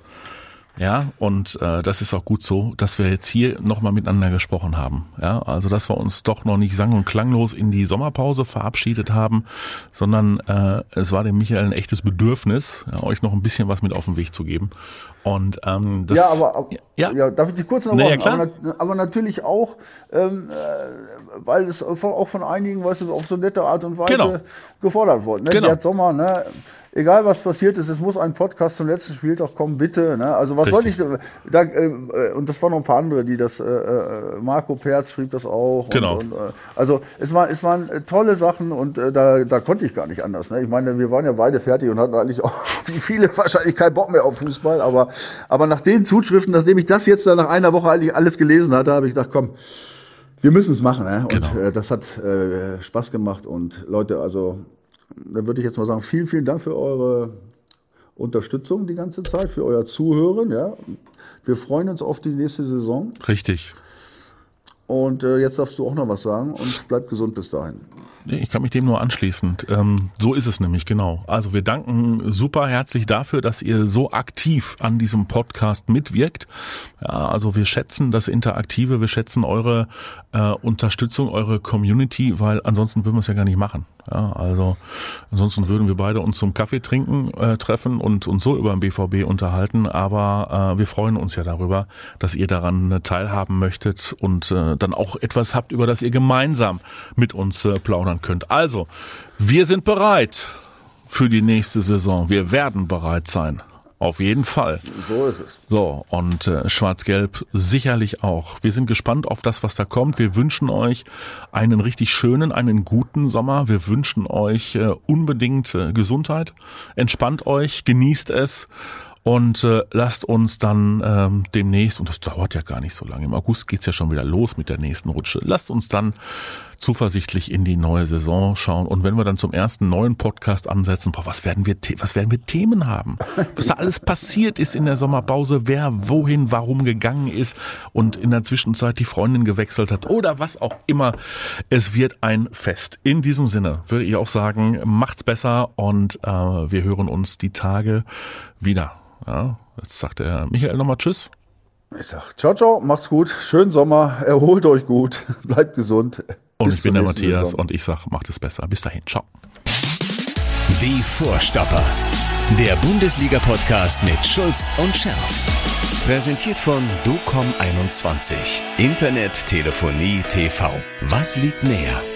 Ja, und äh, das ist auch gut so, dass wir jetzt hier nochmal miteinander gesprochen haben. Ja, also dass wir uns doch noch nicht sang- und klanglos in die Sommerpause verabschiedet haben, sondern äh, es war dem Michael ein echtes Bedürfnis, ja, euch noch ein bisschen was mit auf den Weg zu geben. Und ähm, das, ja, aber, aber ja. ja, darf ich dich kurz noch Na, machen? ja, klar. Aber, aber natürlich auch, ähm, äh, weil es von, auch von einigen, weißt du, auf so nette Art und Weise Genau. gefordert wurde. Ne? Genau. Gerd Sommer, ne? Egal was passiert ist, es muss ein Podcast zum letzten Spieltag kommen, bitte. Ne? Also was Richtig. soll ich da, äh, und das waren noch ein paar andere, die das, äh, Marco Perz schrieb das auch. Genau. Und, und, äh, also es war, es waren tolle Sachen und äh, da, da konnte ich gar nicht anders. Ne? Ich meine, wir waren ja beide fertig und hatten eigentlich auch, wie viele wahrscheinlich keinen Bock mehr auf Fußball, aber, aber nach den Zuschriften, nachdem ich das jetzt dann nach einer Woche eigentlich alles gelesen hatte, habe ich gedacht, komm, wir müssen es machen. Ne? Und Genau. äh, das hat äh, Spaß gemacht und Leute, also da würde ich jetzt mal sagen, vielen, vielen Dank für eure Unterstützung die ganze Zeit, für euer Zuhören. Ja. Wir freuen uns auf die nächste Saison. Richtig. Und äh, jetzt darfst du auch noch was sagen und bleib gesund bis dahin. Ich kann mich dem nur anschließen. Ähm, so ist es nämlich, genau. Also wir danken super herzlich dafür, dass ihr so aktiv an diesem Podcast mitwirkt. Ja, also wir schätzen das Interaktive, wir schätzen eure äh, Unterstützung, eure Community, weil ansonsten würden wir es ja gar nicht machen. Ja, also ansonsten würden wir beide uns zum Kaffee trinken äh, treffen und uns so über den B V B unterhalten. Aber äh, wir freuen uns ja darüber, dass ihr daran äh, teilhaben möchtet und äh, dann auch etwas habt, über das ihr gemeinsam mit uns äh, plaudern könnt. Also, wir sind bereit für die nächste Saison. Wir werden bereit sein. Auf jeden Fall. So ist es. So, und äh, Schwarz-Gelb sicherlich auch. Wir sind gespannt auf das, was da kommt. Wir wünschen euch einen richtig schönen, einen guten Sommer. Wir wünschen euch äh, unbedingt äh, Gesundheit. Entspannt euch, genießt es. Und äh, lasst uns dann ähm, demnächst, und das dauert ja gar nicht so lange, im August geht's ja schon wieder los mit der nächsten Rutsche, lasst uns dann zuversichtlich in die neue Saison schauen. Und wenn wir dann zum ersten neuen Podcast ansetzen, boah, was werden wir, was werden wir Themen haben? Was da alles passiert ist in der Sommerpause, wer wohin, warum gegangen ist und in der Zwischenzeit die Freundin gewechselt hat oder was auch immer. Es wird ein Fest. In diesem Sinne würde ich auch sagen, macht's besser und äh, wir hören uns die Tage wieder. Ja, jetzt sagt der Michael nochmal Tschüss. Ich sag ciao, ciao, macht's gut, schönen Sommer, erholt euch gut, bleibt gesund. Und ich bin der Matthias Saison. Und ich sag, macht es besser. Bis dahin, ciao. Die Vorstopper, der Bundesliga-Podcast mit Schulz und Scherf. Präsentiert von docom einundzwanzig. Internet, Telefonie, T V. Was liegt näher?